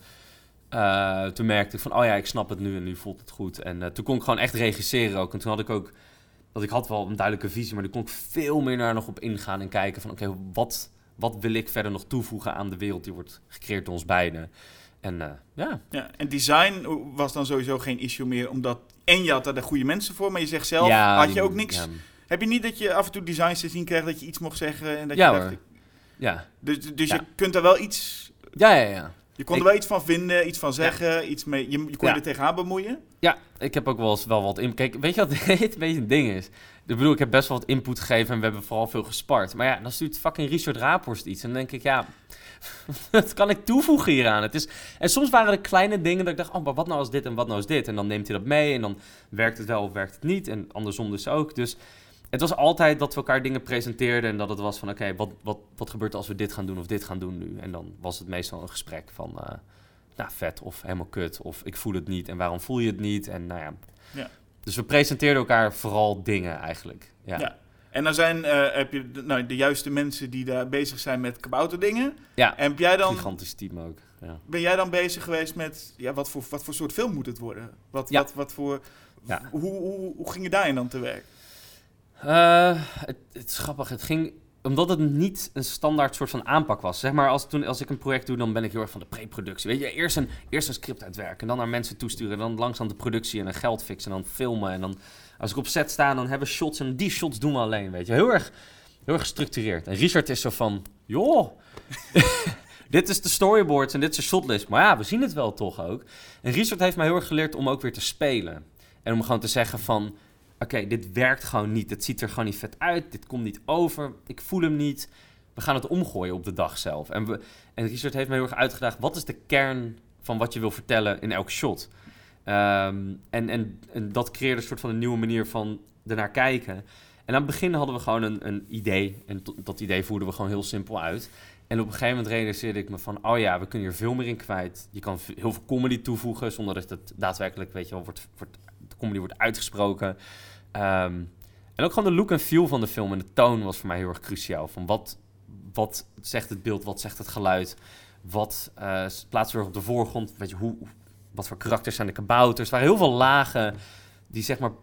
Uh, toen merkte ik van, oh ja, ik snap het nu en nu voelt het goed. En uh, toen kon ik gewoon echt regisseren ook. En toen had ik ook, dat ik had wel een duidelijke visie, maar die kon ik veel meer naar nog op ingaan en kijken van, oké, okay, wat, wat wil ik verder nog toevoegen aan de wereld die wordt gecreëerd door ons beiden. En uh, ja. ja. En design was dan sowieso geen issue meer, omdat en je had daar de goede mensen voor, maar je zegt zelf, ja, had je die, ook niks. Ja. Heb je niet dat je af en toe designs te zien krijgt dat je iets mocht zeggen en dat ja, je dacht, hoor. Ja. Dus, dus ja. je kunt daar wel iets. Ja, ja, ja. Je kon ik, er wel iets van vinden, iets van zeggen, ja. iets mee. Je, je kon ja. je er tegenaan bemoeien. Ja, ik heb ook wel eens wel wat in. Kijk, weet je wat dit een beetje een ding is? Ik bedoel, ik heb best wel wat input gegeven en we hebben vooral veel gespart. Maar ja, dan stuurt fucking Richard Raaphorst iets. En dan denk ik, ja, wat kan ik toevoegen hieraan? Het is, en soms waren er kleine dingen dat ik dacht, oh, maar wat nou als dit en wat nou als dit? En dan neemt hij dat mee en dan werkt het wel of werkt het niet. En andersom dus ook. Dus het was altijd dat we elkaar dingen presenteerden en dat het was van, oké, okay, wat, wat, wat gebeurt als we dit gaan doen of dit gaan doen nu? En dan was het meestal een gesprek van, uh, nou, vet of helemaal kut of ik voel het niet en waarom voel je het niet? En nou ja, ja. Dus we presenteerden elkaar vooral dingen eigenlijk. Ja. ja. En dan zijn, uh, heb je de, nou, de juiste mensen die daar bezig zijn met kabouterdingen. Ja, en heb jij dan, gigantisch team ook. Ja. Ben jij dan bezig geweest met, ja, wat voor, wat voor soort film moet het worden? Wat, ja. wat, wat voor, ja. hoe, hoe, hoe ging je daarin dan te werk? Uh, het, het is grappig, het ging, omdat het niet een standaard soort van aanpak was. Zeg maar, als, toen, als ik een project doe, dan ben ik heel erg van de pre-productie. Weet je, eerst een, eerst een script uitwerken, en dan naar mensen toesturen, en dan langzaam de productie en dan geld fixen, en dan filmen. En dan, als ik op set sta, dan hebben we shots, en die shots doen we alleen, weet je. Heel erg, heel erg gestructureerd. En Richard is zo van, joh, dit is de storyboards en dit is de shotlist. Maar ja, we zien het wel toch ook. En Richard heeft mij heel erg geleerd om ook weer te spelen. En om gewoon te zeggen van, oké, okay, dit werkt gewoon niet. Het ziet er gewoon niet vet uit. Dit komt niet over. Ik voel hem niet. We gaan het omgooien op de dag zelf. En, we, en Richard heeft mij heel erg uitgedaagd, wat is de kern van wat je wil vertellen in elk shot? Um, en, en, en dat creëerde een soort van een nieuwe manier van ernaar kijken. En aan het begin hadden we gewoon een, een idee. En to, dat idee voerden we gewoon heel simpel uit. En op een gegeven moment realiseerde ik me van, oh ja, we kunnen hier veel meer in kwijt. Je kan v- heel veel comedy toevoegen, zonder dat het daadwerkelijk, weet je wel, wordt, wordt, de comedy wordt uitgesproken. Um, en ook gewoon de look en feel van de film en de toon was voor mij heel erg cruciaal. Van wat, wat zegt het beeld, wat zegt het geluid, wat uh, plaatst er op de voorgrond, weet je, hoe, wat voor karakters zijn de kabouters. Er waren heel veel lagen die, zeg maar,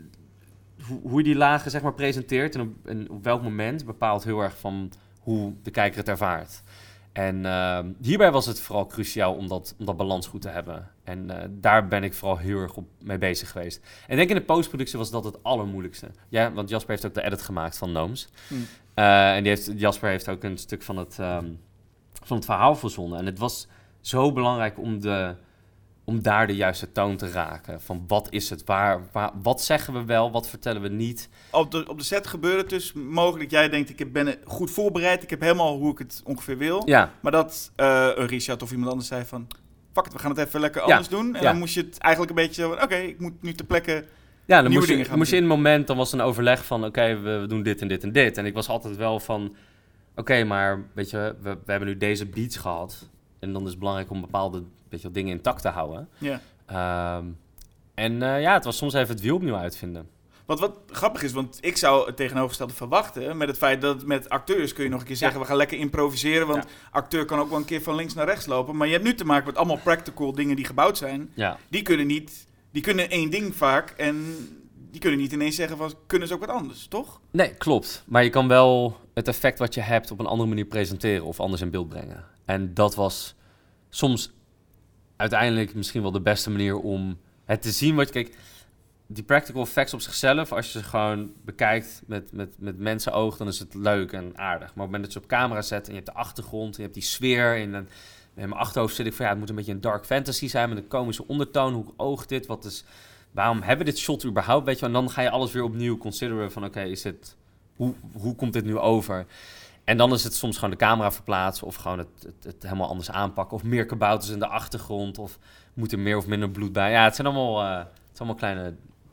hoe, hoe je die lagen, zeg maar, presenteert en op, en op welk moment bepaalt heel erg van hoe de kijker het ervaart. En uh, hierbij was het vooral cruciaal om dat, om dat balans goed te hebben. En uh, daar ben ik vooral heel erg op mee bezig geweest. En ik denk in de postproductie was dat het allermoeilijkste. Ja, want Jasper heeft ook de edit gemaakt van Gnomes. Hmm. Uh, en die heeft, Jasper heeft ook een stuk van het, um, van het verhaal verzonnen. En het was zo belangrijk om, de, om daar de juiste toon te raken. Van wat is het? Waar, waar, wat zeggen we wel? Wat vertellen we niet? Op de, op de set gebeurt het dus mogelijk. Jij denkt, ik ben goed voorbereid. Ik heb helemaal hoe ik het ongeveer wil. Ja. Maar dat uh, Richard of iemand anders zei van, fuck it, we gaan het even lekker anders ja. doen. En ja. dan moest je het eigenlijk een beetje zo van, oké, okay, ik moet nu ter plekke Ja, dan nieuwe moest je, dingen gaan moest je in doen. het moment, dan was een overleg van, oké, okay, we, we doen dit en dit en dit. En ik was altijd wel van, oké, okay, maar weet je, we, we hebben nu deze beats gehad. En dan is het belangrijk om bepaalde weet je, dingen intact te houden. Ja. Um, en uh, ja, het was soms even het wiel opnieuw uitvinden. Wat, wat grappig is, want ik zou het tegenovergestelde verwachten met het feit dat met acteurs kun je nog een keer zeggen, ja. we gaan lekker improviseren, want ja. acteur kan ook wel een keer van links naar rechts lopen. Maar je hebt nu te maken met allemaal practical dingen die gebouwd zijn. Ja. Die kunnen niet, die kunnen één ding vaak en die kunnen niet ineens zeggen van, kunnen ze ook wat anders, toch? Nee, klopt. Maar je kan wel het effect wat je hebt op een andere manier presenteren of anders in beeld brengen. En dat was soms uiteindelijk misschien wel de beste manier om het te zien wat je... Kijk, die practical effects op zichzelf, als je ze gewoon bekijkt met, met, met mensenoog, dan is het leuk en aardig. Maar op het moment dat je op camera zet en je hebt de achtergrond, en je hebt die sfeer, en dan, in mijn achterhoofd zit ik van ja, het moet een beetje een dark fantasy zijn met een komische ondertoon. Hoe oogt dit? Wat is, waarom hebben we dit shot überhaupt? Weet je? En dan ga je alles weer opnieuw consideren van oké, okay, is dit, hoe, hoe komt dit nu over? En dan is het soms gewoon de camera verplaatsen of gewoon het, het, het helemaal anders aanpakken. Of meer kabouters in de achtergrond of moet er meer of minder bloed bij. Ja, het zijn allemaal, uh, het zijn allemaal kleine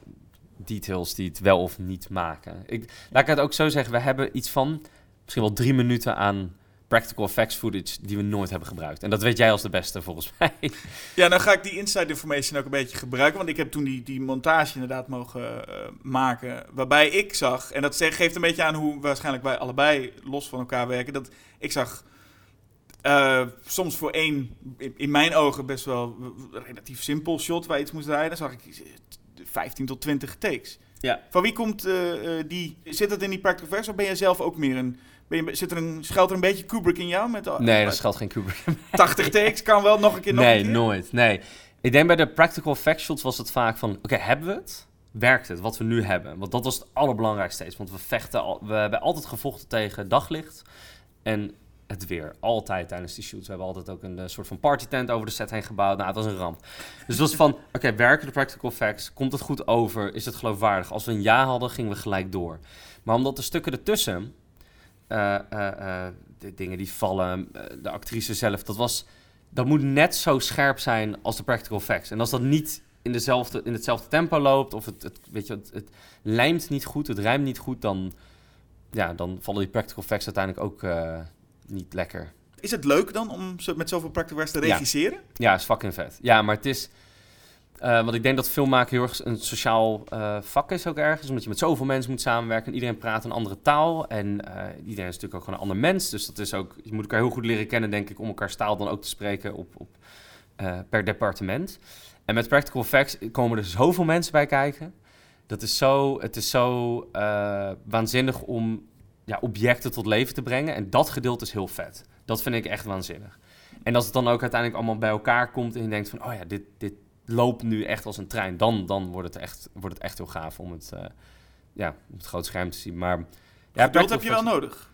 details die het wel of niet maken. Ik, laat ik het ook zo zeggen, we hebben iets van misschien wel drie minuten aan practical effects footage die we nooit hebben gebruikt. En dat weet jij als de beste volgens mij. Ja, dan ga ik die inside information ook een beetje gebruiken, want ik heb toen die, die montage inderdaad mogen uh, maken, waarbij ik zag, en dat zeg, geeft een beetje aan hoe waarschijnlijk wij allebei los van elkaar werken, dat ik zag uh, soms voor één, in, in mijn ogen best wel relatief simpel shot waar iets moest draaien, dan zag ik vijftien tot twintig takes. Ja. Van wie komt uh, uh, die... Zit dat in die practical effects of ben jij zelf ook meer een... Ben je, zit er een, schuilt er een beetje Kubrick in jou? Met, nee, uh, er schuilt geen Kubrick in mij. tachtig takes kan wel nog een keer, nog nee, een keer? Nee, nooit. Nee. Ik denk bij de practical effects shots was het vaak van... Oké, okay, hebben we het? Werkt het? Wat we nu hebben? Want dat was het allerbelangrijkste steeds. Want we vechten... Al, we hebben altijd gevochten tegen daglicht. En het weer. Altijd tijdens die shoots. We hebben altijd ook een uh, soort van partytent over de set heen gebouwd. Nou, het was een ramp. Dus het was van, oké, okay, werken de practical effects? Komt het goed over? Is het geloofwaardig? Als we een ja hadden, gingen we gelijk door. Maar omdat de stukken ertussen, uh, uh, uh, de dingen die vallen, uh, de actrice zelf, dat was, dat moet net zo scherp zijn als de practical effects. En als dat niet in, dezelfde, in hetzelfde tempo loopt, of het, het, weet je, het, het lijmt niet goed, het rijmt niet goed, dan, ja, dan vallen die practical effects uiteindelijk ook... Uh, niet lekker. Is het leuk dan om zo, met zoveel practical effects te regisseren? Ja, ja, is fucking vet. Ja, maar het is... Uh, want ik denk dat filmmaken heel erg een sociaal uh, vak is ook ergens. Omdat je met zoveel mensen moet samenwerken. En iedereen praat een andere taal. En uh, iedereen is natuurlijk ook gewoon een ander mens. Dus dat is ook... Je moet elkaar heel goed leren kennen, denk ik, om elkaars taal dan ook te spreken op, op, uh, per departement. En met practical effects komen er zoveel mensen bij kijken. Dat is zo... Het is zo uh, waanzinnig om... Ja, objecten tot leven te brengen. En dat gedeelte is heel vet. Dat vind ik echt waanzinnig. En als het dan ook uiteindelijk allemaal bij elkaar komt... en je denkt van, oh ja, dit, dit loopt nu echt als een trein... dan, dan wordt, het echt, wordt het echt heel gaaf om het, uh, ja, op het grote scherm te zien. Maar, ja, dat heb je wel nodig.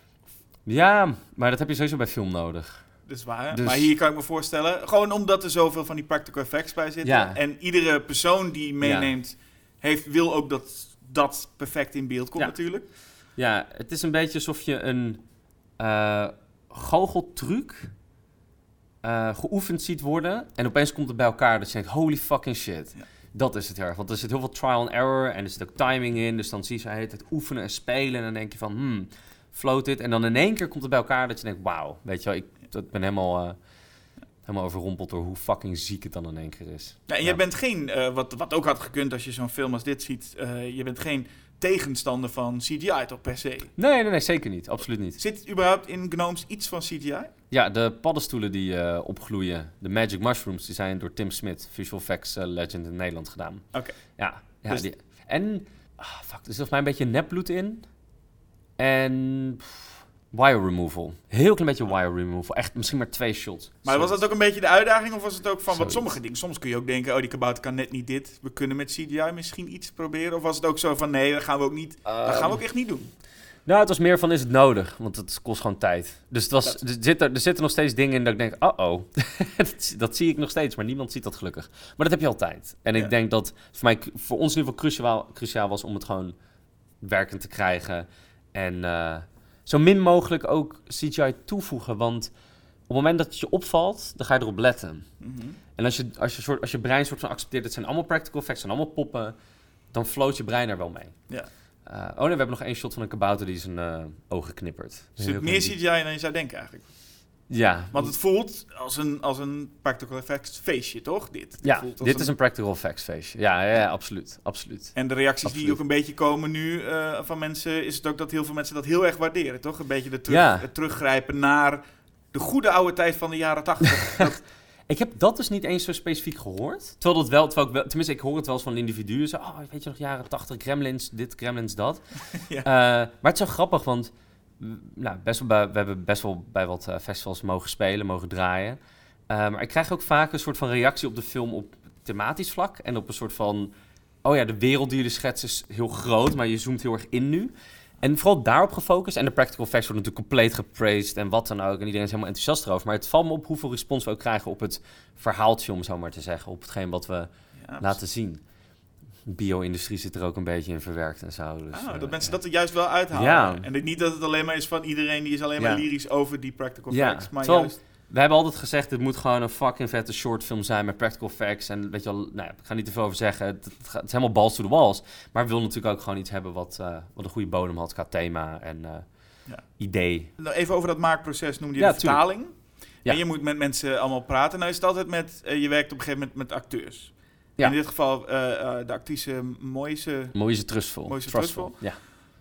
Ja, maar dat heb je sowieso bij film nodig. Dat is waar. Dus... Maar hier kan ik me voorstellen... gewoon omdat er zoveel van die practical effects bij zitten... Ja. en iedere persoon die meeneemt... Ja. Heeft, wil ook dat dat perfect in beeld komt, ja. natuurlijk... Ja, het is een beetje alsof je een uh, goocheltruc uh, geoefend ziet worden. En opeens komt het bij elkaar dat je denkt, holy fucking shit. Ja. Dat is het heel erg. Want er zit heel veel trial and error en er zit ook timing in. Dus dan zie je ze het oefenen en spelen. En dan denk je van, hmm, float dit. En dan in één keer komt het bij elkaar dat je denkt, wauw. Weet je wel, ik dat ben helemaal... Uh, helemaal overrompeld door hoe fucking ziek het dan in één keer is. Ja, en ja. je bent geen, uh, wat, wat ook had gekund als je zo'n film als dit ziet... Uh, je bent geen... tegenstander van C G I toch per se? Nee, nee, nee, zeker niet. Absoluut niet. Zit überhaupt in Gnomes iets van C G I? Ja, de paddenstoelen die uh, opgloeien, de Magic Mushrooms, die zijn door Tim Smith, Visual Effects uh, Legend in Nederland gedaan. Oké. Okay. Ja, ja dus die, en, ah, fuck, er zit volgens mij een beetje nepbloed in. En pff, wire removal. Heel klein beetje wire removal. Echt misschien maar twee shots. Maar was dat ook een beetje de uitdaging? Of was het ook van Zoiets. wat sommige dingen? Soms kun je ook denken, oh die kabouter kan net niet dit. We kunnen met C G I misschien iets proberen. Of was het ook zo van, nee, dat gaan we ook niet. Um, dat gaan we ook echt niet doen. Nou, het was meer van, is het nodig? Want het kost gewoon tijd. Dus het was, er, zit er, er zitten nog steeds dingen in dat ik denk, uh-oh. dat, dat zie ik nog steeds, maar niemand ziet dat gelukkig. Maar dat heb je altijd. En ja. ik denk dat voor, mij, voor ons in ieder geval cruciaal, cruciaal was om het gewoon werkend te krijgen. En uh, zo min mogelijk ook C G I toevoegen. Want op het moment dat het je opvalt, dan ga je erop letten. Mm-hmm. En als je, als, je soort, als je brein soort van accepteert, het zijn allemaal practical effects, het zijn allemaal poppen. dan floot je brein er wel mee. Ja. Uh, oh nee, we hebben nog één shot van een kabouter die zijn uh, ogen knippert. Dus het meer C G I dan je zou denken eigenlijk. Ja. Want het voelt als een, als een practical effects feestje, toch? Dit, dit ja, voelt dit een... is een practical effects feestje. Ja, ja, ja absoluut, absoluut. En de reacties absoluut. die ook een beetje komen nu uh, van mensen, is het ook dat heel veel mensen dat heel erg waarderen, toch? Een beetje de terug, ja. het teruggrijpen naar de goede oude tijd van de jaren tachtig. dat... Ik heb dat dus niet eens zo specifiek gehoord. Terwijl dat wel, terwijl ik wel, tenminste, ik hoor het wel eens van individuen. Zo, oh, weet je nog, jaren tachtig, Gremlins, dit, Gremlins, dat. ja. uh, maar het is zo grappig, want nou, best wel bij, we hebben best wel bij wat uh, festivals mogen spelen, mogen draaien. Uh, maar ik krijg ook vaak een soort van reactie op de film op thematisch vlak. En op een soort van, oh ja, de wereld die jullie schetsen is heel groot, maar je zoomt heel erg in nu. En vooral daarop gefocust. En de practical effects worden natuurlijk compleet gepraised en wat dan ook. En iedereen is helemaal enthousiast erover. Maar het valt me op hoeveel respons we ook krijgen op het verhaaltje, om zo maar te zeggen. Op hetgeen wat we ja, laten zien. De bio-industrie zit er ook een beetje in verwerkt en zo. Dus, ah, uh, dat mensen ja. dat er juist wel uithalen. Ja. En niet dat het alleen maar is van iedereen die is alleen maar ja. lyrisch over die practical ja. effects. Maar Terwijl, juist... We hebben altijd gezegd, dit moet gewoon een fucking vette shortfilm zijn met practical effects. En weet je wel, nou ja, ik ga niet te veel over zeggen. Het, het, het is helemaal balls to the walls. Maar we willen natuurlijk ook gewoon iets hebben wat, uh, wat een goede bodem had qua thema en uh, ja. idee. Nou, even over dat maakproces noemde je ja, de vertaling. Ja. En je moet met mensen allemaal praten. Nou is het altijd met, uh, je werkt op een gegeven moment met acteurs. Ja. In dit geval uh, uh, de actrice Moise... Moise Trustful. Moise Trustful. Ja.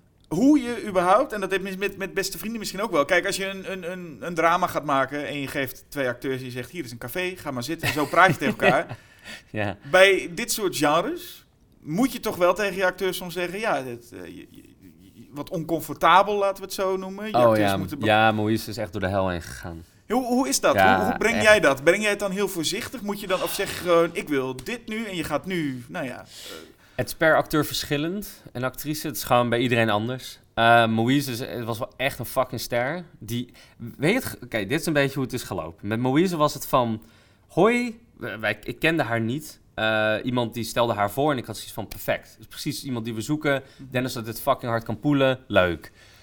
Hoe je überhaupt, en dat heb je met, met beste vrienden misschien ook wel. Kijk, als je een, een, een, een drama gaat maken en je geeft twee acteurs en je zegt, hier is een café, ga maar zitten. En zo praat je tegen elkaar. Ja. Bij dit soort genres moet je toch wel tegen je acteurs soms zeggen, ja, dit, uh, je, je, wat oncomfortabel, laten we het zo noemen. Je oh ja, moeten... ja, Moise is echt door de hel heen gegaan. Hoe, hoe is dat? Ja, hoe, hoe breng echt. jij dat? Breng jij het dan heel voorzichtig? Moet je dan of zeg je gewoon, ik wil dit nu en je gaat nu, nou ja... Uh, Het is per acteur verschillend. En actrice, het is gewoon bij iedereen anders. Uh, Moise is, het was wel echt een fucking ster. Die, weet je het? Oké, okay, dit is een beetje hoe het is gelopen. Met Moise was het van, hoi, wij, ik kende haar niet. Uh, iemand die stelde haar voor en ik had zoiets van, perfect. Dus precies iemand die we zoeken. Dennis dat dit fucking hard kan poelen, leuk.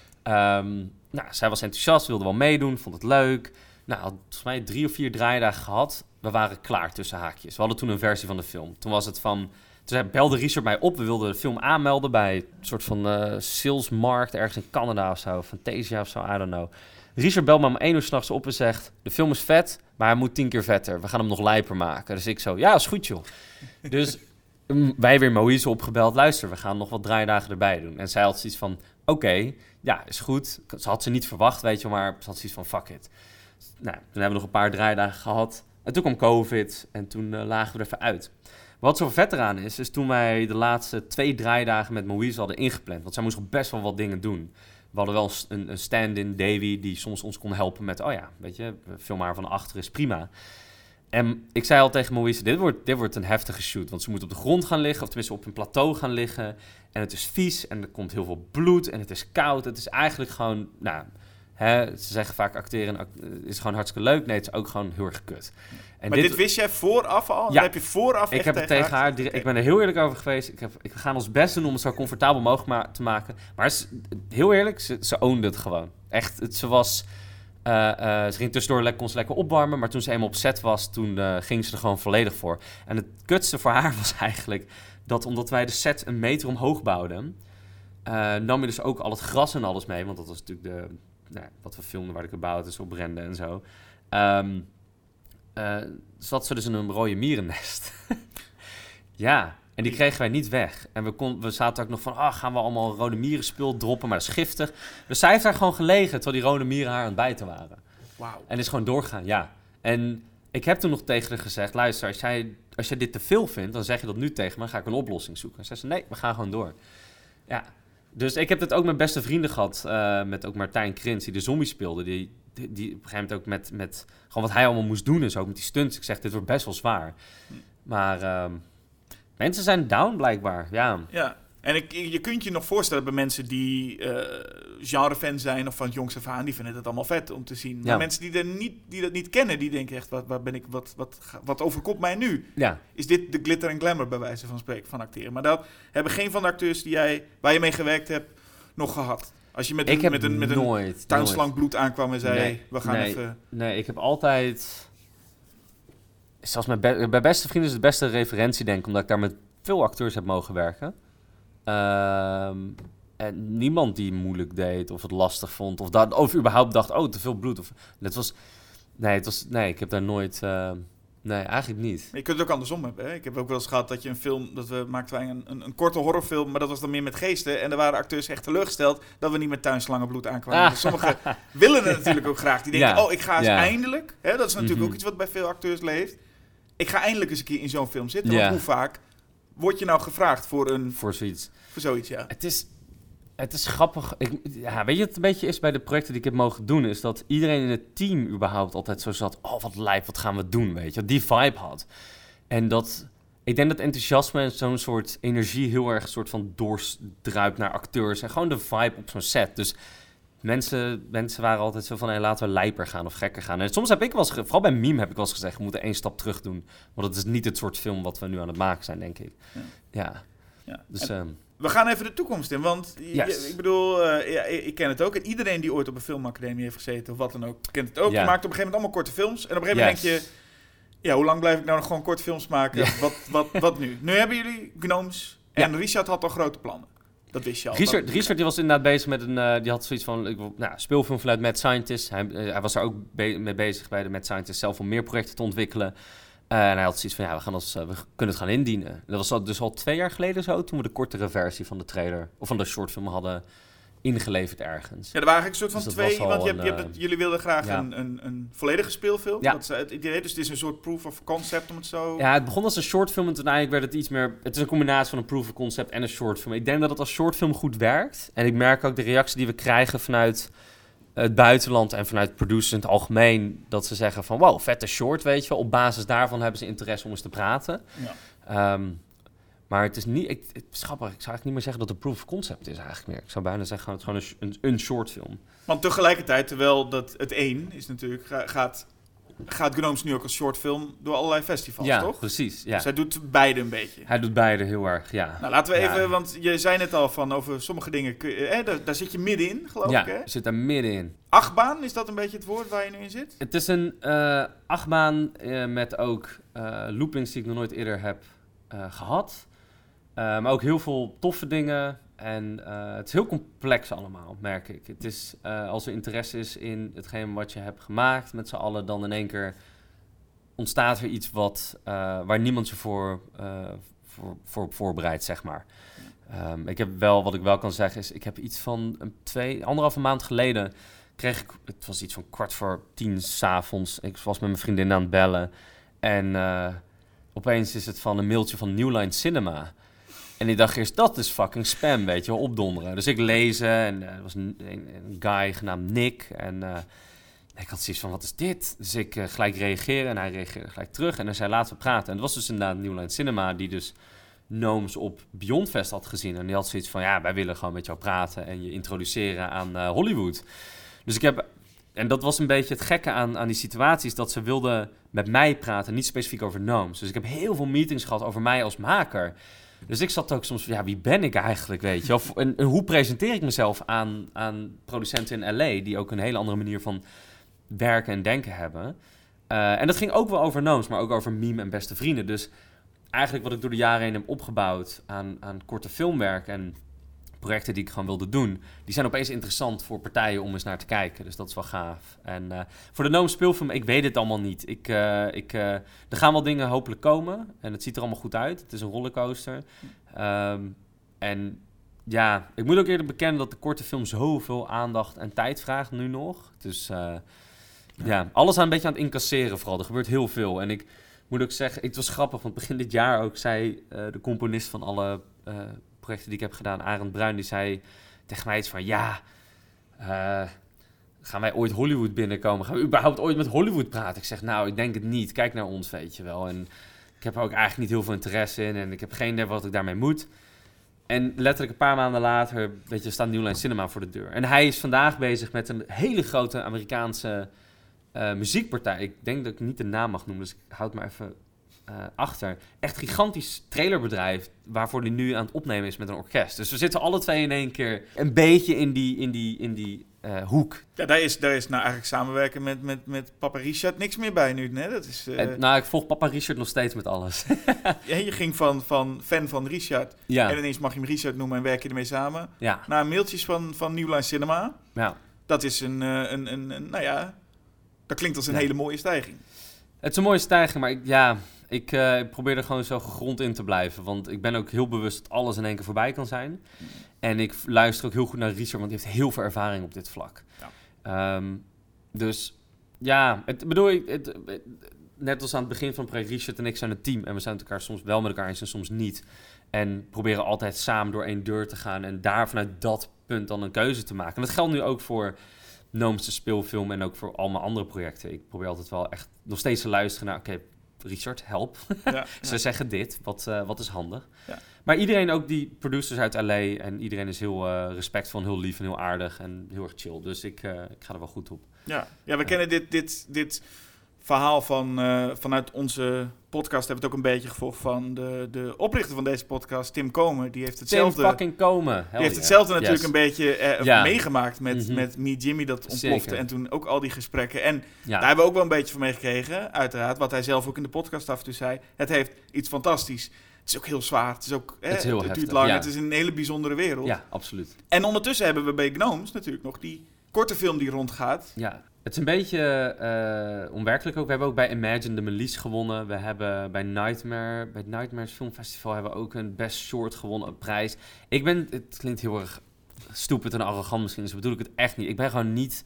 Um, nou, zij was enthousiast, wilde wel meedoen, vond het leuk. Nou, had volgens mij drie of vier draaidagen gehad. We waren klaar tussen haakjes. We hadden toen een versie van de film. Toen was het van... Toen belde Richard mij op. We wilden de film aanmelden bij een soort van uh, salesmarkt ergens in Canada of zo. Fantasia of zo, I don't know. Richard belt me om één uur s'nachts op en zegt... De film is vet, maar hij moet tien keer vetter. We gaan hem nog lijper maken. Dus ik zo, ja, is goed joh. Dus um, wij weer Moise opgebeld. Luister, we gaan nog wat draaidagen erbij doen. En zij had zoiets van, oké, okay, ja, is goed. Ze had ze niet verwacht, weet je, maar ze had zoiets van, fuck it. Nou, toen hebben we nog een paar draaidagen gehad. En toen kwam COVID en toen uh, lagen we er even uit. Wat zo vet eraan is, is toen wij de laatste twee draaidagen met Moise hadden ingepland. Want zij moest nog best wel wat dingen doen. We hadden wel een, een stand-in, Davy, die soms ons kon helpen met... Oh ja, weet je, film maar van achter is prima. En ik zei al tegen Moise, dit wordt, dit wordt een heftige shoot. Want ze moet op de grond gaan liggen, of tenminste op een plateau gaan liggen. En het is vies en er komt heel veel bloed en het is koud. Het is eigenlijk gewoon... Nou, hè, ze zeggen vaak acteren act- is gewoon hartstikke leuk. Nee, het is ook gewoon heel erg kut. En maar dit, dit wist jij vooraf al? Ja. Dat heb je vooraf ik echt heb het tegen haar, haar direct, ik ben er heel eerlijk over geweest. Ik, heb, ik ga ons best doen om het zo comfortabel mogelijk ma- te maken. Maar ze, heel eerlijk, ze, ze ownde het gewoon. Echt, het, ze was... Uh, uh, ze ging tussendoor lekker, kon ze lekker opwarmen. Maar toen ze eenmaal op set was, toen uh, ging ze er gewoon volledig voor. En het kutste voor haar was eigenlijk... dat omdat wij de set een meter omhoog bouwden... Uh, nam je dus ook al het gras en alles mee. Want dat was natuurlijk de, nou, wat we filmden waar de kabouters op renden en zo. Um, Uh, zat ze dus in een rode mierennest. Ja, en die kregen wij niet weg. En we, kon, we zaten ook nog van, ah, gaan we allemaal rode mierenspul droppen, maar dat is giftig. Dus zij heeft daar gewoon gelegen, terwijl die rode mieren haar aan het bijten waren. Wauw. En is gewoon doorgaan, ja. En ik heb toen nog tegen haar gezegd, luister, als jij, als jij dit te veel vindt, dan zeg je dat nu tegen me, dan ga ik een oplossing zoeken. En ze zei, nee, we gaan gewoon door. Ja, dus ik heb het ook met beste vrienden gehad, uh, met ook Martijn Krins, die de zombie speelde, die... Die, die op een gegeven moment ook met, met gewoon wat hij allemaal moest doen en zo, met die stunts. Ik zeg, dit wordt best wel zwaar. Maar um, mensen zijn down blijkbaar, ja. Ja, en ik, je kunt je nog voorstellen bij mensen die uh, genrefan zijn of van het jongs af aan, die vinden het allemaal vet om te zien. Maar ja. mensen die, er niet, die dat niet kennen, die denken echt, wat, wat, ben ik, wat, wat, wat overkomt mij nu? Ja. Is dit de glitter en glamour bij wijze van spreken van acteren? Maar dat hebben geen van de acteurs die jij, waar je mee gewerkt hebt, nog gehad. Als je met een, met een, met een nooit, tuinslang nooit. bloed aankwam en zei, nee, we gaan nee, even... Nee, ik heb altijd... Zelfs mijn be- bij beste vrienden is het beste referentie, denk ik, omdat ik daar met veel acteurs heb mogen werken. Um, en niemand die moeilijk deed of het lastig vond. Of, dat, of überhaupt dacht, oh, te veel bloed. Of, het was, nee, het was, nee, ik heb daar nooit... Uh, nee, eigenlijk niet. Je kunt het ook andersom hebben. Hè? Ik heb ook wel eens gehad dat je een film... dat we maakten wij een, een, een korte horrorfilm, maar dat was dan meer met geesten. En er waren acteurs echt teleurgesteld dat we niet met tuinslangenbloed aankwamen. Ah. Dus sommigen willen het natuurlijk ook graag. Die denken, ja. oh, ik ga eens ja. eindelijk... Hè? Dat is natuurlijk mm-hmm. ook iets wat bij veel acteurs leeft. Ik ga eindelijk eens een keer in zo'n film zitten. Ja. Want hoe vaak word je nou gevraagd voor een... Voor zoiets. Voor zoiets, ja. Het is... Het is grappig. Ik, ja, weet je wat het een beetje is bij de projecten die ik heb mogen doen? Is dat iedereen in het team überhaupt altijd zo zat... Oh, wat lijp, wat gaan we doen, weet je? Die vibe had. En dat... Ik denk dat enthousiasme en zo'n soort energie heel erg soort van doordruipt naar acteurs. En gewoon de vibe op zo'n set. Dus mensen, mensen waren altijd zo van... Hey, laten we lijper gaan of gekker gaan. En soms heb ik wel eens... Vooral bij Meme heb ik wel eens gezegd... We moeten één stap terug doen. Want dat is niet het soort film wat we nu aan het maken zijn, denk ik. Ja. ja. ja. Dus... En... Um, We gaan even de toekomst in, want yes. je, ik bedoel, uh, ja, ik ken het ook. En iedereen die ooit op een filmacademie heeft gezeten of wat dan ook, kent het ook. Yeah. Je maakt op een gegeven moment allemaal korte films. En op een gegeven yes. moment denk je, ja, hoe lang blijf ik nou nog gewoon korte films maken? Yeah. Wat, wat, wat nu? Nu hebben jullie Gnomes en ja. Richard had al grote plannen. Dat wist je al. Richard, Richard die was inderdaad bezig met een, uh, die had zoiets van, ik wil, nou, speelfilm vanuit Mad Scientist. Hij, uh, hij was er ook be- mee bezig bij de Mad Scientist zelf om meer projecten te ontwikkelen. Uh, en hij had zoiets van, ja, we, gaan ons, uh, we kunnen het gaan indienen. Dat was al, dus al twee jaar geleden zo, toen we de kortere versie van de trailer, of van de shortfilm hadden ingeleverd ergens. Ja, er waren eigenlijk een soort van dus twee, want je hebt, je hebt het, jullie wilden graag ja. een, een, een volledige speelfilm. Ja. Dat is het idee, dus het is een soort proof of concept om het zo... Ja, het begon als een shortfilm en toen eigenlijk werd het iets meer... Het is een combinatie van een proof of concept en een shortfilm. Ik denk dat het als shortfilm goed werkt. En ik merk ook de reactie die we krijgen vanuit... het buitenland en vanuit producers in het algemeen... dat ze zeggen van, wow, vette short, weet je wel. Op basis daarvan hebben ze interesse om eens te praten. Ja. Um, maar het is niet... Ik, het is grappig, ik zou eigenlijk niet meer zeggen dat het proof of concept is eigenlijk meer. Ik zou bijna zeggen, het is gewoon een, een, een short film. Want tegelijkertijd, terwijl dat het één is natuurlijk... gaat, gaat Gnomes nu ook als shortfilm door allerlei festivals, ja, toch? Ja, precies. Ja. Dus hij doet beide een beetje. Hij doet beide heel erg, ja. Nou, laten we even... Ja. Want je zei net al van over sommige dingen... Kun je, eh, daar, daar zit je middenin, geloof ja, ik, hè? Ja, zit daar middenin. Achtbaan, is dat een beetje het woord waar je nu in zit? Het is een uh, achtbaan uh, met ook uh, loopings die ik nog nooit eerder heb uh, gehad. Uh, maar ook heel veel toffe dingen. En uh, het is heel complex allemaal, merk ik. Het is, uh, als er interesse is in hetgeen wat je hebt gemaakt met z'n allen... dan in één keer ontstaat er iets wat, uh, waar niemand je voor, uh, voor, voor voorbereidt, zeg maar. Um, ik heb wel, wat ik wel kan zeggen, is... ik heb iets van een twee, anderhalve maand geleden... kreeg ik, het was iets van kwart voor tien 's avonds. Ik was met mijn vriendin aan het bellen. En uh, opeens is het van een mailtje van New Line Cinema... En ik dacht eerst, dat is fucking spam, weet je wel, opdonderen. Dus ik lezen en uh, er was een, een, een guy genaamd Nick. En uh, ik had zoiets van, wat is dit? Dus ik uh, gelijk reageren en hij reageerde gelijk terug. En hij zei, laten we praten. En het was dus inderdaad New Line Cinema die dus Gnomes op Beyond Fest had gezien. En die had zoiets van, ja, wij willen gewoon met jou praten en je introduceren aan uh, Hollywood. Dus ik heb... En dat was een beetje het gekke aan, aan die situaties, dat ze wilden met mij praten, niet specifiek over Gnomes. Dus ik heb heel veel meetings gehad over mij als maker. Dus ik zat ook soms van, ja, wie ben ik eigenlijk, weet je? Of, en, en hoe presenteer ik mezelf aan, aan producenten in L A... die ook een hele andere manier van werken en denken hebben. Uh, en dat ging ook wel over Gnomes, maar ook over Meme en Beste Vrienden. Dus eigenlijk wat ik door de jaren heen heb opgebouwd aan, aan korte filmwerk... en projecten die ik gewoon wilde doen... die zijn opeens interessant voor partijen om eens naar te kijken. Dus dat is wel gaaf. En uh, voor de Gnomes speelfilm, ik weet het allemaal niet. Ik, uh, ik, uh, er gaan wel dingen hopelijk komen. En het ziet er allemaal goed uit. Het is een rollercoaster. Um, en ja, ik moet ook eerder bekennen... dat de korte film zoveel aandacht en tijd vraagt nu nog. Dus uh, ja. ja, alles aan een beetje aan het incasseren vooral. Er gebeurt heel veel. En ik moet ook zeggen, het was grappig... want begin dit jaar ook zei uh, de componist van alle... Uh, projecten die ik heb gedaan, Arend Bruin, die zei tegen mij iets van, ja, uh, gaan wij ooit Hollywood binnenkomen? Gaan we überhaupt ooit met Hollywood praten? Ik zeg, nou, ik denk het niet. Kijk naar ons, weet je wel. En ik heb er ook eigenlijk niet heel veel interesse in en ik heb geen idee wat ik daarmee moet. En letterlijk een paar maanden later, weet je, staat New Line Cinema voor de deur. En hij is vandaag bezig met een hele grote Amerikaanse uh, muziekpartij. Ik denk dat ik niet de naam mag noemen, dus ik houd maar even... Uh, achter. Echt gigantisch trailerbedrijf waarvoor hij nu aan het opnemen is met een orkest. Dus we zitten alle twee in één keer een beetje in die, in die, in die uh, hoek. Ja, daar is, daar is nou eigenlijk samenwerken met, met, met papa Richard niks meer bij nu. Hè? Dat is, uh... en, nou, ik volg papa Richard nog steeds met alles. ja, je ging van, van fan van Richard. Ja. En ineens mag je hem Richard noemen en werk je ermee samen. Ja. Naar mailtjes van, van New Line Cinema. Ja. Dat is een, een, een, een, een, nou ja, dat klinkt als een ja. hele mooie stijging. Het is een mooie stijging, maar ik, ja, ik, uh, ik probeer er gewoon zo gegrond in te blijven. Want ik ben ook heel bewust dat alles in één keer voorbij kan zijn. Mm. En ik luister ook heel goed naar Richard, want die heeft heel veel ervaring op dit vlak. Ja. Um, dus ja, het, bedoel ik, het, het, net als aan het begin van het project, Richard en ik zijn een team. En we zijn het elkaar soms wel met elkaar eens en soms niet. En proberen altijd samen door één deur te gaan en daar vanuit dat punt dan een keuze te maken. En dat geldt nu ook voor Gnomes de speelfilm en ook voor al mijn andere projecten. Ik probeer altijd wel echt nog steeds te luisteren naar, oké, okay, Richard, help. Ja, Ze ja. zeggen dit, wat, uh, wat is handig. Ja. Maar iedereen, ook die producers uit L A en iedereen is heel uh, respectvol, heel lief en heel aardig en heel erg chill. Dus ik, uh, ik ga er wel goed op. Ja, ja we ja. kennen dit, dit, dit verhaal van, uh, vanuit onze podcast, hebben we het ook een beetje gevolgd van de, de oprichter van deze podcast, Tim Komen. Die heeft hetzelfde, Tim fucking Komen. Hell die heeft yeah. hetzelfde natuurlijk yes. een beetje uh, ja. meegemaakt met, mm-hmm. met Me Jimmy, dat ontplofte. Zeker. En toen ook al die gesprekken. En ja. daar hebben we ook wel een beetje van meegekregen, uiteraard. Wat hij zelf ook in de podcast af en toe zei. Het heeft iets fantastisch. Het is ook heel zwaar. Het is ook, hè, het, is heel het heftig, duurt lang. Ja. Het is een hele bijzondere wereld. Ja, absoluut. En ondertussen hebben we bij Gnomes natuurlijk nog die korte film die rondgaat. Ja. Het is een beetje uh, onwerkelijk ook. We hebben ook bij Imagine de Melies gewonnen. We hebben bij Nightmare, bij het Nightmares Filmfestival hebben we ook een Best Short gewonnen, een prijs. Ik ben, het klinkt heel erg stupid en arrogant misschien, dus bedoel ik het echt niet. Ik ben gewoon niet,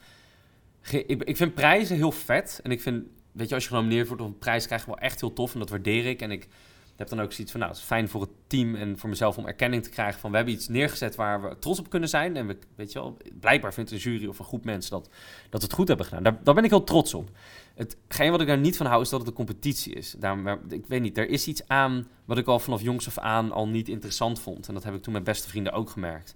ge, ik, ik vind prijzen heel vet. En ik vind, weet je, als je genomineerd wordt op een prijs, krijg je wel echt heel tof. En dat waardeer ik. En ik heb dan ook zoiets van, nou, het is fijn voor het team en voor mezelf om erkenning te krijgen van, we hebben iets neergezet waar we trots op kunnen zijn. En we, weet je wel, blijkbaar vindt een jury of een groep mensen dat, dat we het goed hebben gedaan. Daar, daar ben ik heel trots op. Hetgeen wat ik daar niet van hou, is dat het een competitie is. Daarom, ik weet niet, er is iets aan wat ik al vanaf jongs af aan al niet interessant vond. En dat heb ik toen met beste vrienden ook gemerkt.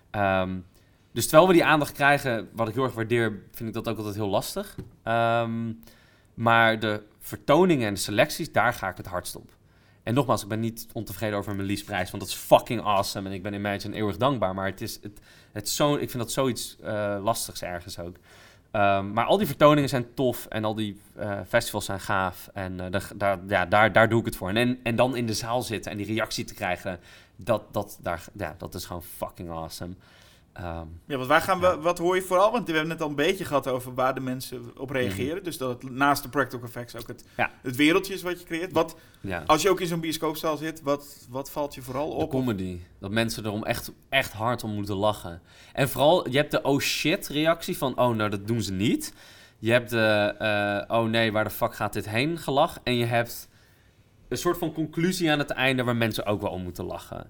Um, dus terwijl we die aandacht krijgen, wat ik heel erg waardeer, vind ik dat ook altijd heel lastig. Um, maar de vertoningen en de selecties, daar ga ik het hardst op. En nogmaals, ik ben niet ontevreden over mijn Melies-prijs, want dat is fucking awesome. En ik ben Imagine eeuwig dankbaar. Maar het is, het, het zo, ik vind dat zoiets uh, lastigs ergens ook. Um, maar al die vertoningen zijn tof en al die uh, festivals zijn gaaf. En uh, da, da, ja, daar, daar doe ik het voor. En, en, en dan in de zaal zitten en die reactie te krijgen, dat, dat, daar, ja, dat is gewoon fucking awesome. Um, ja, want waar gaan we, wat hoor je vooral? Want we hebben net al een beetje gehad over waar de mensen op reageren. Mm-hmm. Dus dat het naast de practical effects ook het, ja. het wereldje is wat je creëert. Wat, ja. Als je ook in zo'n bioscoopzaal zit, wat, wat valt je vooral op? De comedy. Dat mensen erom echt, echt hard om moeten lachen. En vooral, je hebt de oh shit reactie van, oh nou dat doen ze niet. Je hebt de, uh, oh nee, waar de fuck gaat dit heen gelach. En je hebt een soort van conclusie aan het einde waar mensen ook wel om moeten lachen.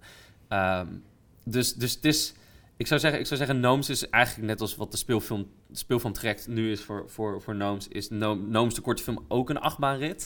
Um, dus, dus het is... Ik zou zeggen, ik zou zeggen, Gnomes is eigenlijk net als wat de speelfilm, de speelfilm trekt nu is voor, voor, voor Gnomes, is Gnomes de korte film ook een achtbaanrit.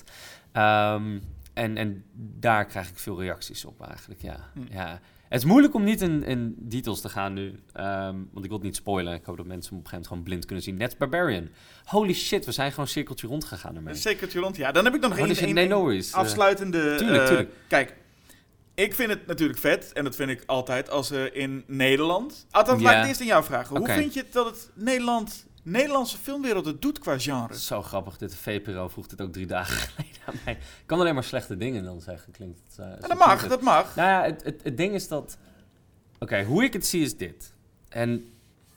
Um, en, en daar krijg ik veel reacties op eigenlijk, ja. Hm. ja. Het is moeilijk om niet in, in details te gaan nu, um, want ik wil het niet spoilen. Ik hoop dat mensen op een gegeven moment gewoon blind kunnen zien. Net Barbarian. Holy shit, we zijn gewoon een cirkeltje rond gegaan ermee. Een cirkeltje rond, ja. Dan heb ik nog oh, één nee, no afsluitende... Tuurlijk, uh, tuurlijk. Kijk... Ik vind het natuurlijk vet, en dat vind ik altijd, als er in Nederland... Althans, ja. laat ik het eerst aan jou vragen. Okay. Hoe vind je het dat het Nederland, Nederlandse filmwereld het doet qua genre? Zo grappig, dit V P R O vroeg dit ook drie dagen geleden aan mij. Ik kan alleen maar slechte dingen dan zeggen, klinkt het. Uh, ja, dat mag, het. dat mag. Nou ja, het, het, het ding is dat... Oké, okay, hoe ik het zie is dit. En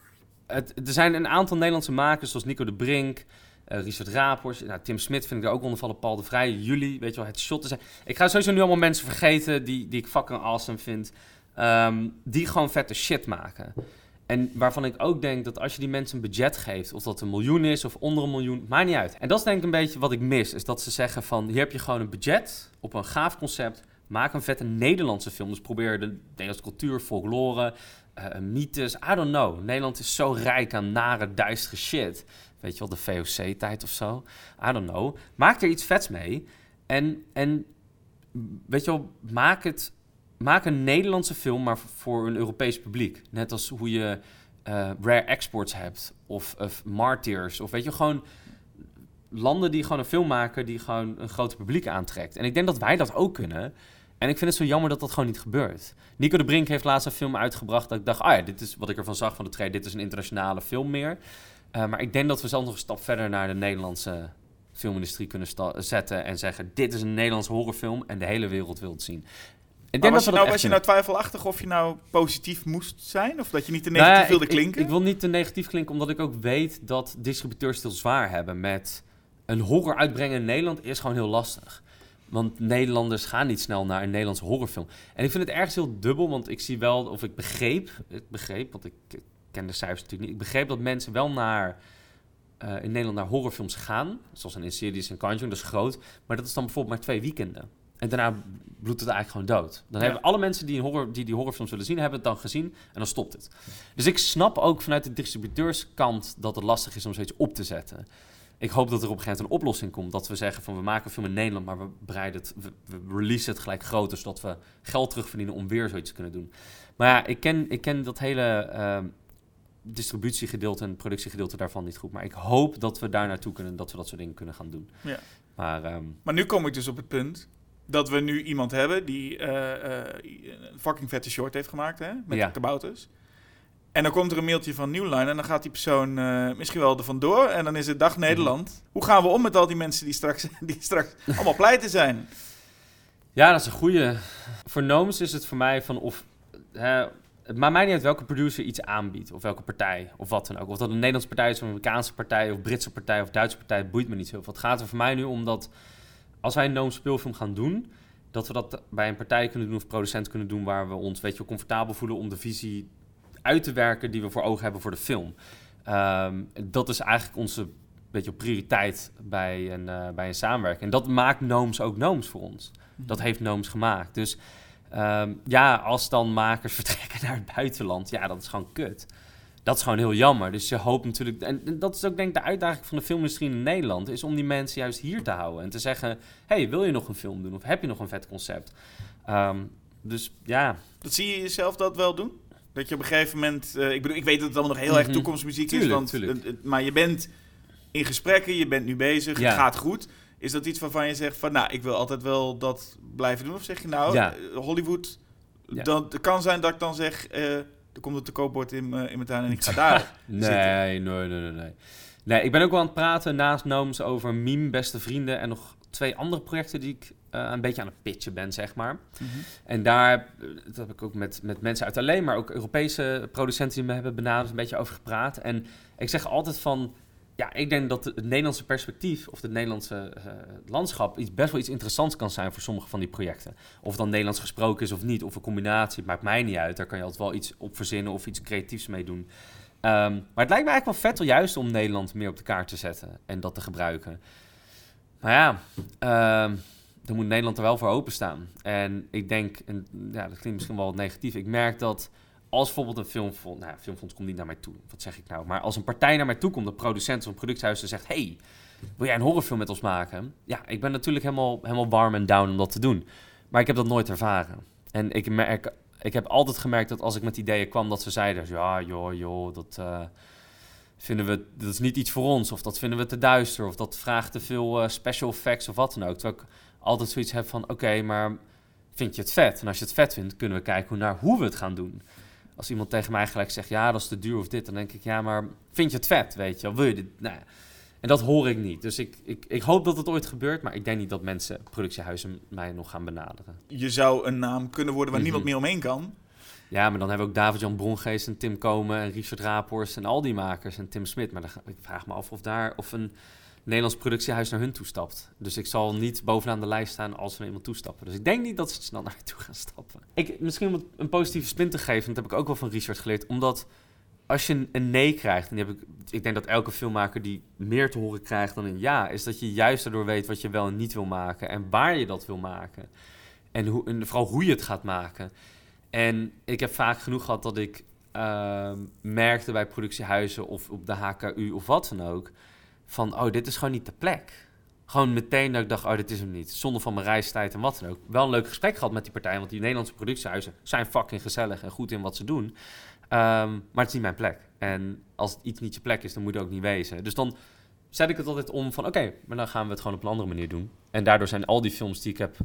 het, er zijn een aantal Nederlandse makers, zoals Nico de Brink... Uh, Richard Rapors, nou, Tim Smit vind ik er ook onder vallen, Paul de Vrij, jullie, weet je wel, het shot te zijn. Ik ga sowieso nu allemaal mensen vergeten die, die ik fucking awesome vind, um, die gewoon vette shit maken. En waarvan ik ook denk dat als je die mensen een budget geeft, of dat een miljoen is of onder een miljoen, maakt niet uit. En dat is denk ik een beetje wat ik mis, is dat ze zeggen van, hier heb je gewoon een budget op een gaaf concept, maak een vette Nederlandse film. Dus probeer de Nederlandse cultuur, folklore, uh, mythes, I don't know. Nederland is zo rijk aan nare, duistere shit. Weet je wel, de V O C-tijd of zo. I don't know. Maak er iets vets mee. En, en weet je wel, maak, het, maak een Nederlandse film, maar voor een Europees publiek. Net als hoe je uh, Rare Exports hebt. Of, of Martyrs. Of weet je, gewoon landen die gewoon een film maken die gewoon een groot publiek aantrekt. En ik denk dat wij dat ook kunnen. En ik vind het zo jammer dat dat gewoon niet gebeurt. Nico de Brink heeft laatst een film uitgebracht dat ik dacht, ah ja, dit is wat ik ervan zag van de trailer, dit is een internationale film meer. Uh, maar ik denk dat we zelf nog een stap verder naar de Nederlandse filmindustrie kunnen sta- zetten en zeggen, dit is een Nederlandse horrorfilm en de hele wereld wil het zien. Ik maar denk was, dat je we nou, dat was je echt nou twijfelachtig of je nou positief moest zijn? Of dat je niet te Nou negatief ja, wilde ik, klinken? Ik, ik wil niet te negatief klinken, omdat ik ook weet dat distributeurs het heel zwaar hebben met een horror uitbrengen in Nederland is gewoon heel lastig. Want Nederlanders gaan niet snel naar een Nederlandse horrorfilm. En ik vind het ergens heel dubbel, want ik zie wel, of ik begreep, ik begreep, want ik ken de cijfers natuurlijk niet, ik begreep dat mensen wel naar, uh, in Nederland naar horrorfilms gaan, zoals een Insidious en Conjuring, dat is groot, maar dat is dan bijvoorbeeld maar twee weekenden. En daarna bloedt het eigenlijk gewoon dood. Dan ja. hebben alle mensen die, een horror, die die horrorfilms willen zien, hebben het dan gezien en dan stopt het. Dus ik snap ook vanuit de distributeurskant dat het lastig is om zoiets op te zetten. Ik hoop dat er op een gegeven moment een oplossing komt. Dat we zeggen van we maken een film in Nederland, maar we breiden het, we, we releasen het gelijk groter, zodat we geld terugverdienen om weer zoiets te kunnen doen. Maar ja, ik ken, ik ken dat hele uh, distributiegedeelte en productiegedeelte daarvan niet goed. Maar ik hoop dat we daar naartoe kunnen, dat we dat soort dingen kunnen gaan doen. Ja. Maar, um, maar nu kom ik dus op het punt dat we nu iemand hebben die uh, uh, een fucking vette short heeft gemaakt, hè, met ja. de kabouters. En dan komt er een mailtje van New Line en dan gaat die persoon uh, misschien wel er vandoor. En dan is het dag Nederland. Mm-hmm. Hoe gaan we om met al die mensen die straks, die straks allemaal pleiten zijn? Ja, dat is een goeie. Voor Nomes is het voor mij van of... Hè, het maakt mij niet uit welke producer iets aanbiedt. Of welke partij, of wat dan ook. Of dat een Nederlandse partij is, of een Amerikaanse partij, of Britse partij, of Duitse partij. Het boeit me niet zoveel. Het gaat er voor mij nu om dat als wij een Nomes speelfilm gaan doen, dat we dat bij een partij kunnen doen of producent kunnen doen waar we ons, weet je, comfortabel voelen om de visie uit te werken die we voor ogen hebben voor de film. Um, dat is eigenlijk onze beetje prioriteit bij een, uh, bij een samenwerking. En dat maakt Nomes ook Nomes voor ons. Mm-hmm. Dat heeft Nomes gemaakt. Dus um, ja, als dan makers vertrekken naar het buitenland, ja, dat is gewoon kut. Dat is gewoon heel jammer. Dus je hoopt natuurlijk... En, en dat is ook denk ik de uitdaging van de filmindustrie in Nederland, is om die mensen juist hier te houden. En te zeggen, hey, wil je nog een film doen? Of heb je nog een vet concept? Um, dus ja. Dat zie je jezelf dat wel doen? Dat je op een gegeven moment... Uh, ik bedoel, ik weet dat het allemaal nog heel mm-hmm. erg toekomstmuziek tuurlijk, is. Want, tuurlijk. Uh, uh, maar je bent in gesprekken, je bent nu bezig, ja. Het gaat goed. Is dat iets waarvan je zegt van, nou, ik wil altijd wel dat blijven doen? Of zeg je nou, ja. uh, Hollywood... Ja. Dan, het kan zijn dat ik dan zeg... Uh, er komt een te koopbord in, uh, in mijn tuin en ik ga daar nee, zitten. Nee, nee, nee, nee. Nee, ik ben ook wel aan het praten naast Nomes over Meme, Beste Vrienden en nog twee andere projecten die ik uh, een beetje aan het pitchen ben, zeg maar. Mm-hmm. En daar, dat heb ik ook met, met mensen uit L A, maar ook Europese producenten die me hebben benaderd, een beetje over gepraat. En ik zeg altijd van, ja, ik denk dat het Nederlandse perspectief of het Nederlandse uh, landschap iets, best wel iets interessants kan zijn voor sommige van die projecten. Of het dan Nederlands gesproken is of niet, of een combinatie, het maakt mij niet uit. Daar kan je altijd wel iets op verzinnen of iets creatiefs mee doen. Um, maar het lijkt me eigenlijk wel vet, juist om Nederland meer op de kaart te zetten en dat te gebruiken. Maar ja, uh, dan moet Nederland er wel voor openstaan. En ik denk, en ja, dat klinkt misschien wel wat negatief, ik merk dat als bijvoorbeeld een filmfonds, nou, filmfonds komt niet naar mij toe, wat zeg ik nou? Maar als een partij naar mij toe komt, een producent of een producthuis en zegt, hey, wil jij een horrorfilm met ons maken? Ja, ik ben natuurlijk helemaal, helemaal warm en down om dat te doen. Maar ik heb dat nooit ervaren. En ik merk, ik heb altijd gemerkt dat als ik met ideeën kwam, dat ze zeiden, ja, joh, joh, dat uh, vinden we, dat is niet iets voor ons, of dat vinden we te duister, of dat vraagt te veel uh, special effects of wat dan ook. Terwijl ik altijd zoiets heb van, oké, okay, maar vind je het vet? En als je het vet vindt, kunnen we kijken naar hoe we het gaan doen. Als iemand tegen mij gelijk zegt, ja, dat is te duur of dit, dan denk ik, ja, maar vind je het vet, weet je wel? Wil je dit? Nou ja. En dat hoor ik niet. Dus ik, ik, ik hoop dat het ooit gebeurt, maar ik denk niet dat mensen, productiehuizen, mij nog gaan benaderen. Je zou een naam kunnen worden waar mm-hmm. niemand meer omheen kan. Ja, maar dan hebben we ook David-Jan Brongeest en Tim Komen en Richard Raaphorst en al die makers en Tim Smit. Maar dan ga, ik vraag me af of daar of een Nederlands productiehuis naar hun toestapt. Dus ik zal niet bovenaan de lijst staan als we naar iemand toestappen. Dus ik denk niet dat ze snel naar mij toe gaan stappen. Ik, misschien om een positieve spin te geven, dat heb ik ook wel van Richard geleerd. Omdat als je een, een nee krijgt, en die heb ik, ik denk dat elke filmmaker die meer te horen krijgt dan een ja, is dat je juist daardoor weet wat je wel en niet wil maken. En waar je dat wil maken. En, hoe, en vooral hoe je het gaat maken. En ik heb vaak genoeg gehad dat ik uh, merkte bij productiehuizen of op de H K U of wat dan ook, van, oh, dit is gewoon niet de plek. Gewoon meteen dat ik dacht, oh, dit is hem niet. Zonder van mijn reistijd en wat dan ook. Wel een leuk gesprek gehad met die partij, want die Nederlandse productiehuizen zijn fucking gezellig en goed in wat ze doen. Um, maar het is niet mijn plek. En als iets niet je plek is, dan moet het ook niet wezen. Dus dan zet ik het altijd om van, oké, okay, maar dan gaan we het gewoon op een andere manier doen. En daardoor zijn al die films die ik heb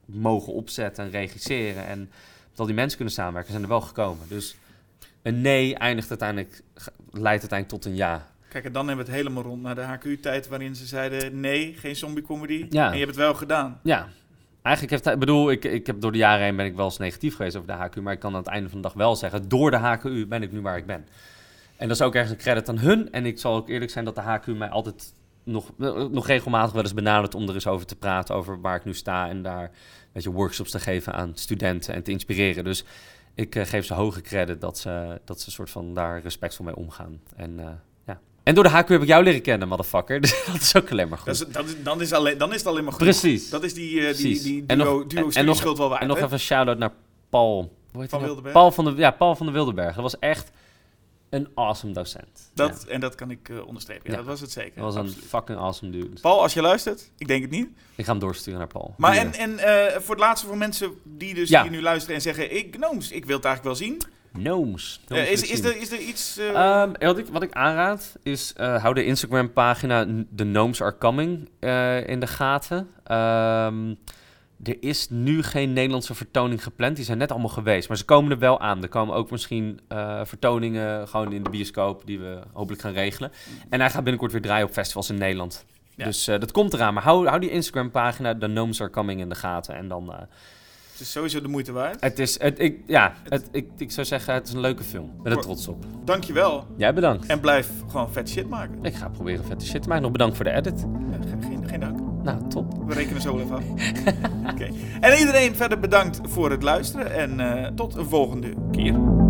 mogen opzetten en regisseren. En met al die mensen kunnen samenwerken, zijn er wel gekomen. Dus een nee eindigt uiteindelijk, leidt uiteindelijk tot een ja. Kijk, en dan hebben we het helemaal rond naar de H Q U-tijd waarin ze zeiden nee, geen zombie-comedy. Ja. En je hebt het wel gedaan. Ja. Eigenlijk heeft, ik bedoel, ik, ik heb door de jaren heen ben ik wel eens negatief geweest over de H Q U, maar ik kan aan het einde van de dag wel zeggen, door de H Q U ben ik nu waar ik ben. En dat is ook ergens een credit aan hun. En ik zal ook eerlijk zijn dat de H Q U mij altijd nog, nog regelmatig wel eens benadert om er eens over te praten, over waar ik nu sta en daar een beetje workshops te geven aan studenten en te inspireren. Dus ik uh, geef ze hoge credit dat ze, dat ze soort van daar respectvol mee omgaan. En uh, ja. En door de H Q U heb ik jou leren kennen, motherfucker. Dus dat is ook alleen maar goed. Dat is, dat is, dan, is alleen, dan is het alleen maar goed. Precies. Dat is die, uh, die, die en duo, nog, duo en, en nog, schuld wel waard. En nog hè? even een shout-out naar Paul. Hoe heet Van hij nou? Wilderberg? Paul van de, ja, Paul van de Wilderberg. Dat was echt een awesome docent. Dat, ja. En dat kan ik uh, onderstrepen. Ja, Ja. dat was het zeker. Dat was Absoluut. een fucking awesome dude. Paul, als je luistert, ik denk het niet. Ik ga hem doorsturen naar Paul. Maar Hier. en, en uh, voor het laatste voor mensen die dus Ja. hier nu luisteren en zeggen, ik, Gnomes, ik wil het eigenlijk wel zien. Gnomes. Uh, Gnomes is, wil ik is, zien. er, is er iets... Uh, Um, wat, ik, wat ik aanraad is, uh, hou de Instagram-pagina The Gnomes Are Coming uh, in de gaten. Um, er is nu geen Nederlandse vertoning gepland. Die zijn net allemaal geweest. Maar ze komen er wel aan. Er komen ook misschien uh, vertoningen gewoon in de bioscoop die we hopelijk gaan regelen. En hij gaat binnenkort weer draaien op festivals in Nederland. Ja. Dus uh, dat komt eraan. Maar hou, hou die Instagram-pagina The Gnomes Are Coming in de gaten. En dan... Uh, het is sowieso de moeite waard. het is, het, ik, ja, het, ik, ik zou zeggen, het is een leuke film. Ben er trots op. Dankjewel. Jij bedankt. En blijf gewoon vet shit maken. Ik ga proberen vette shit te maken. Nog bedankt voor de edit. Ja, geen, geen, geen dank. Nou, top. We rekenen zo even af. Oké. Okay. En iedereen verder bedankt voor het luisteren. En uh, tot een volgende keer.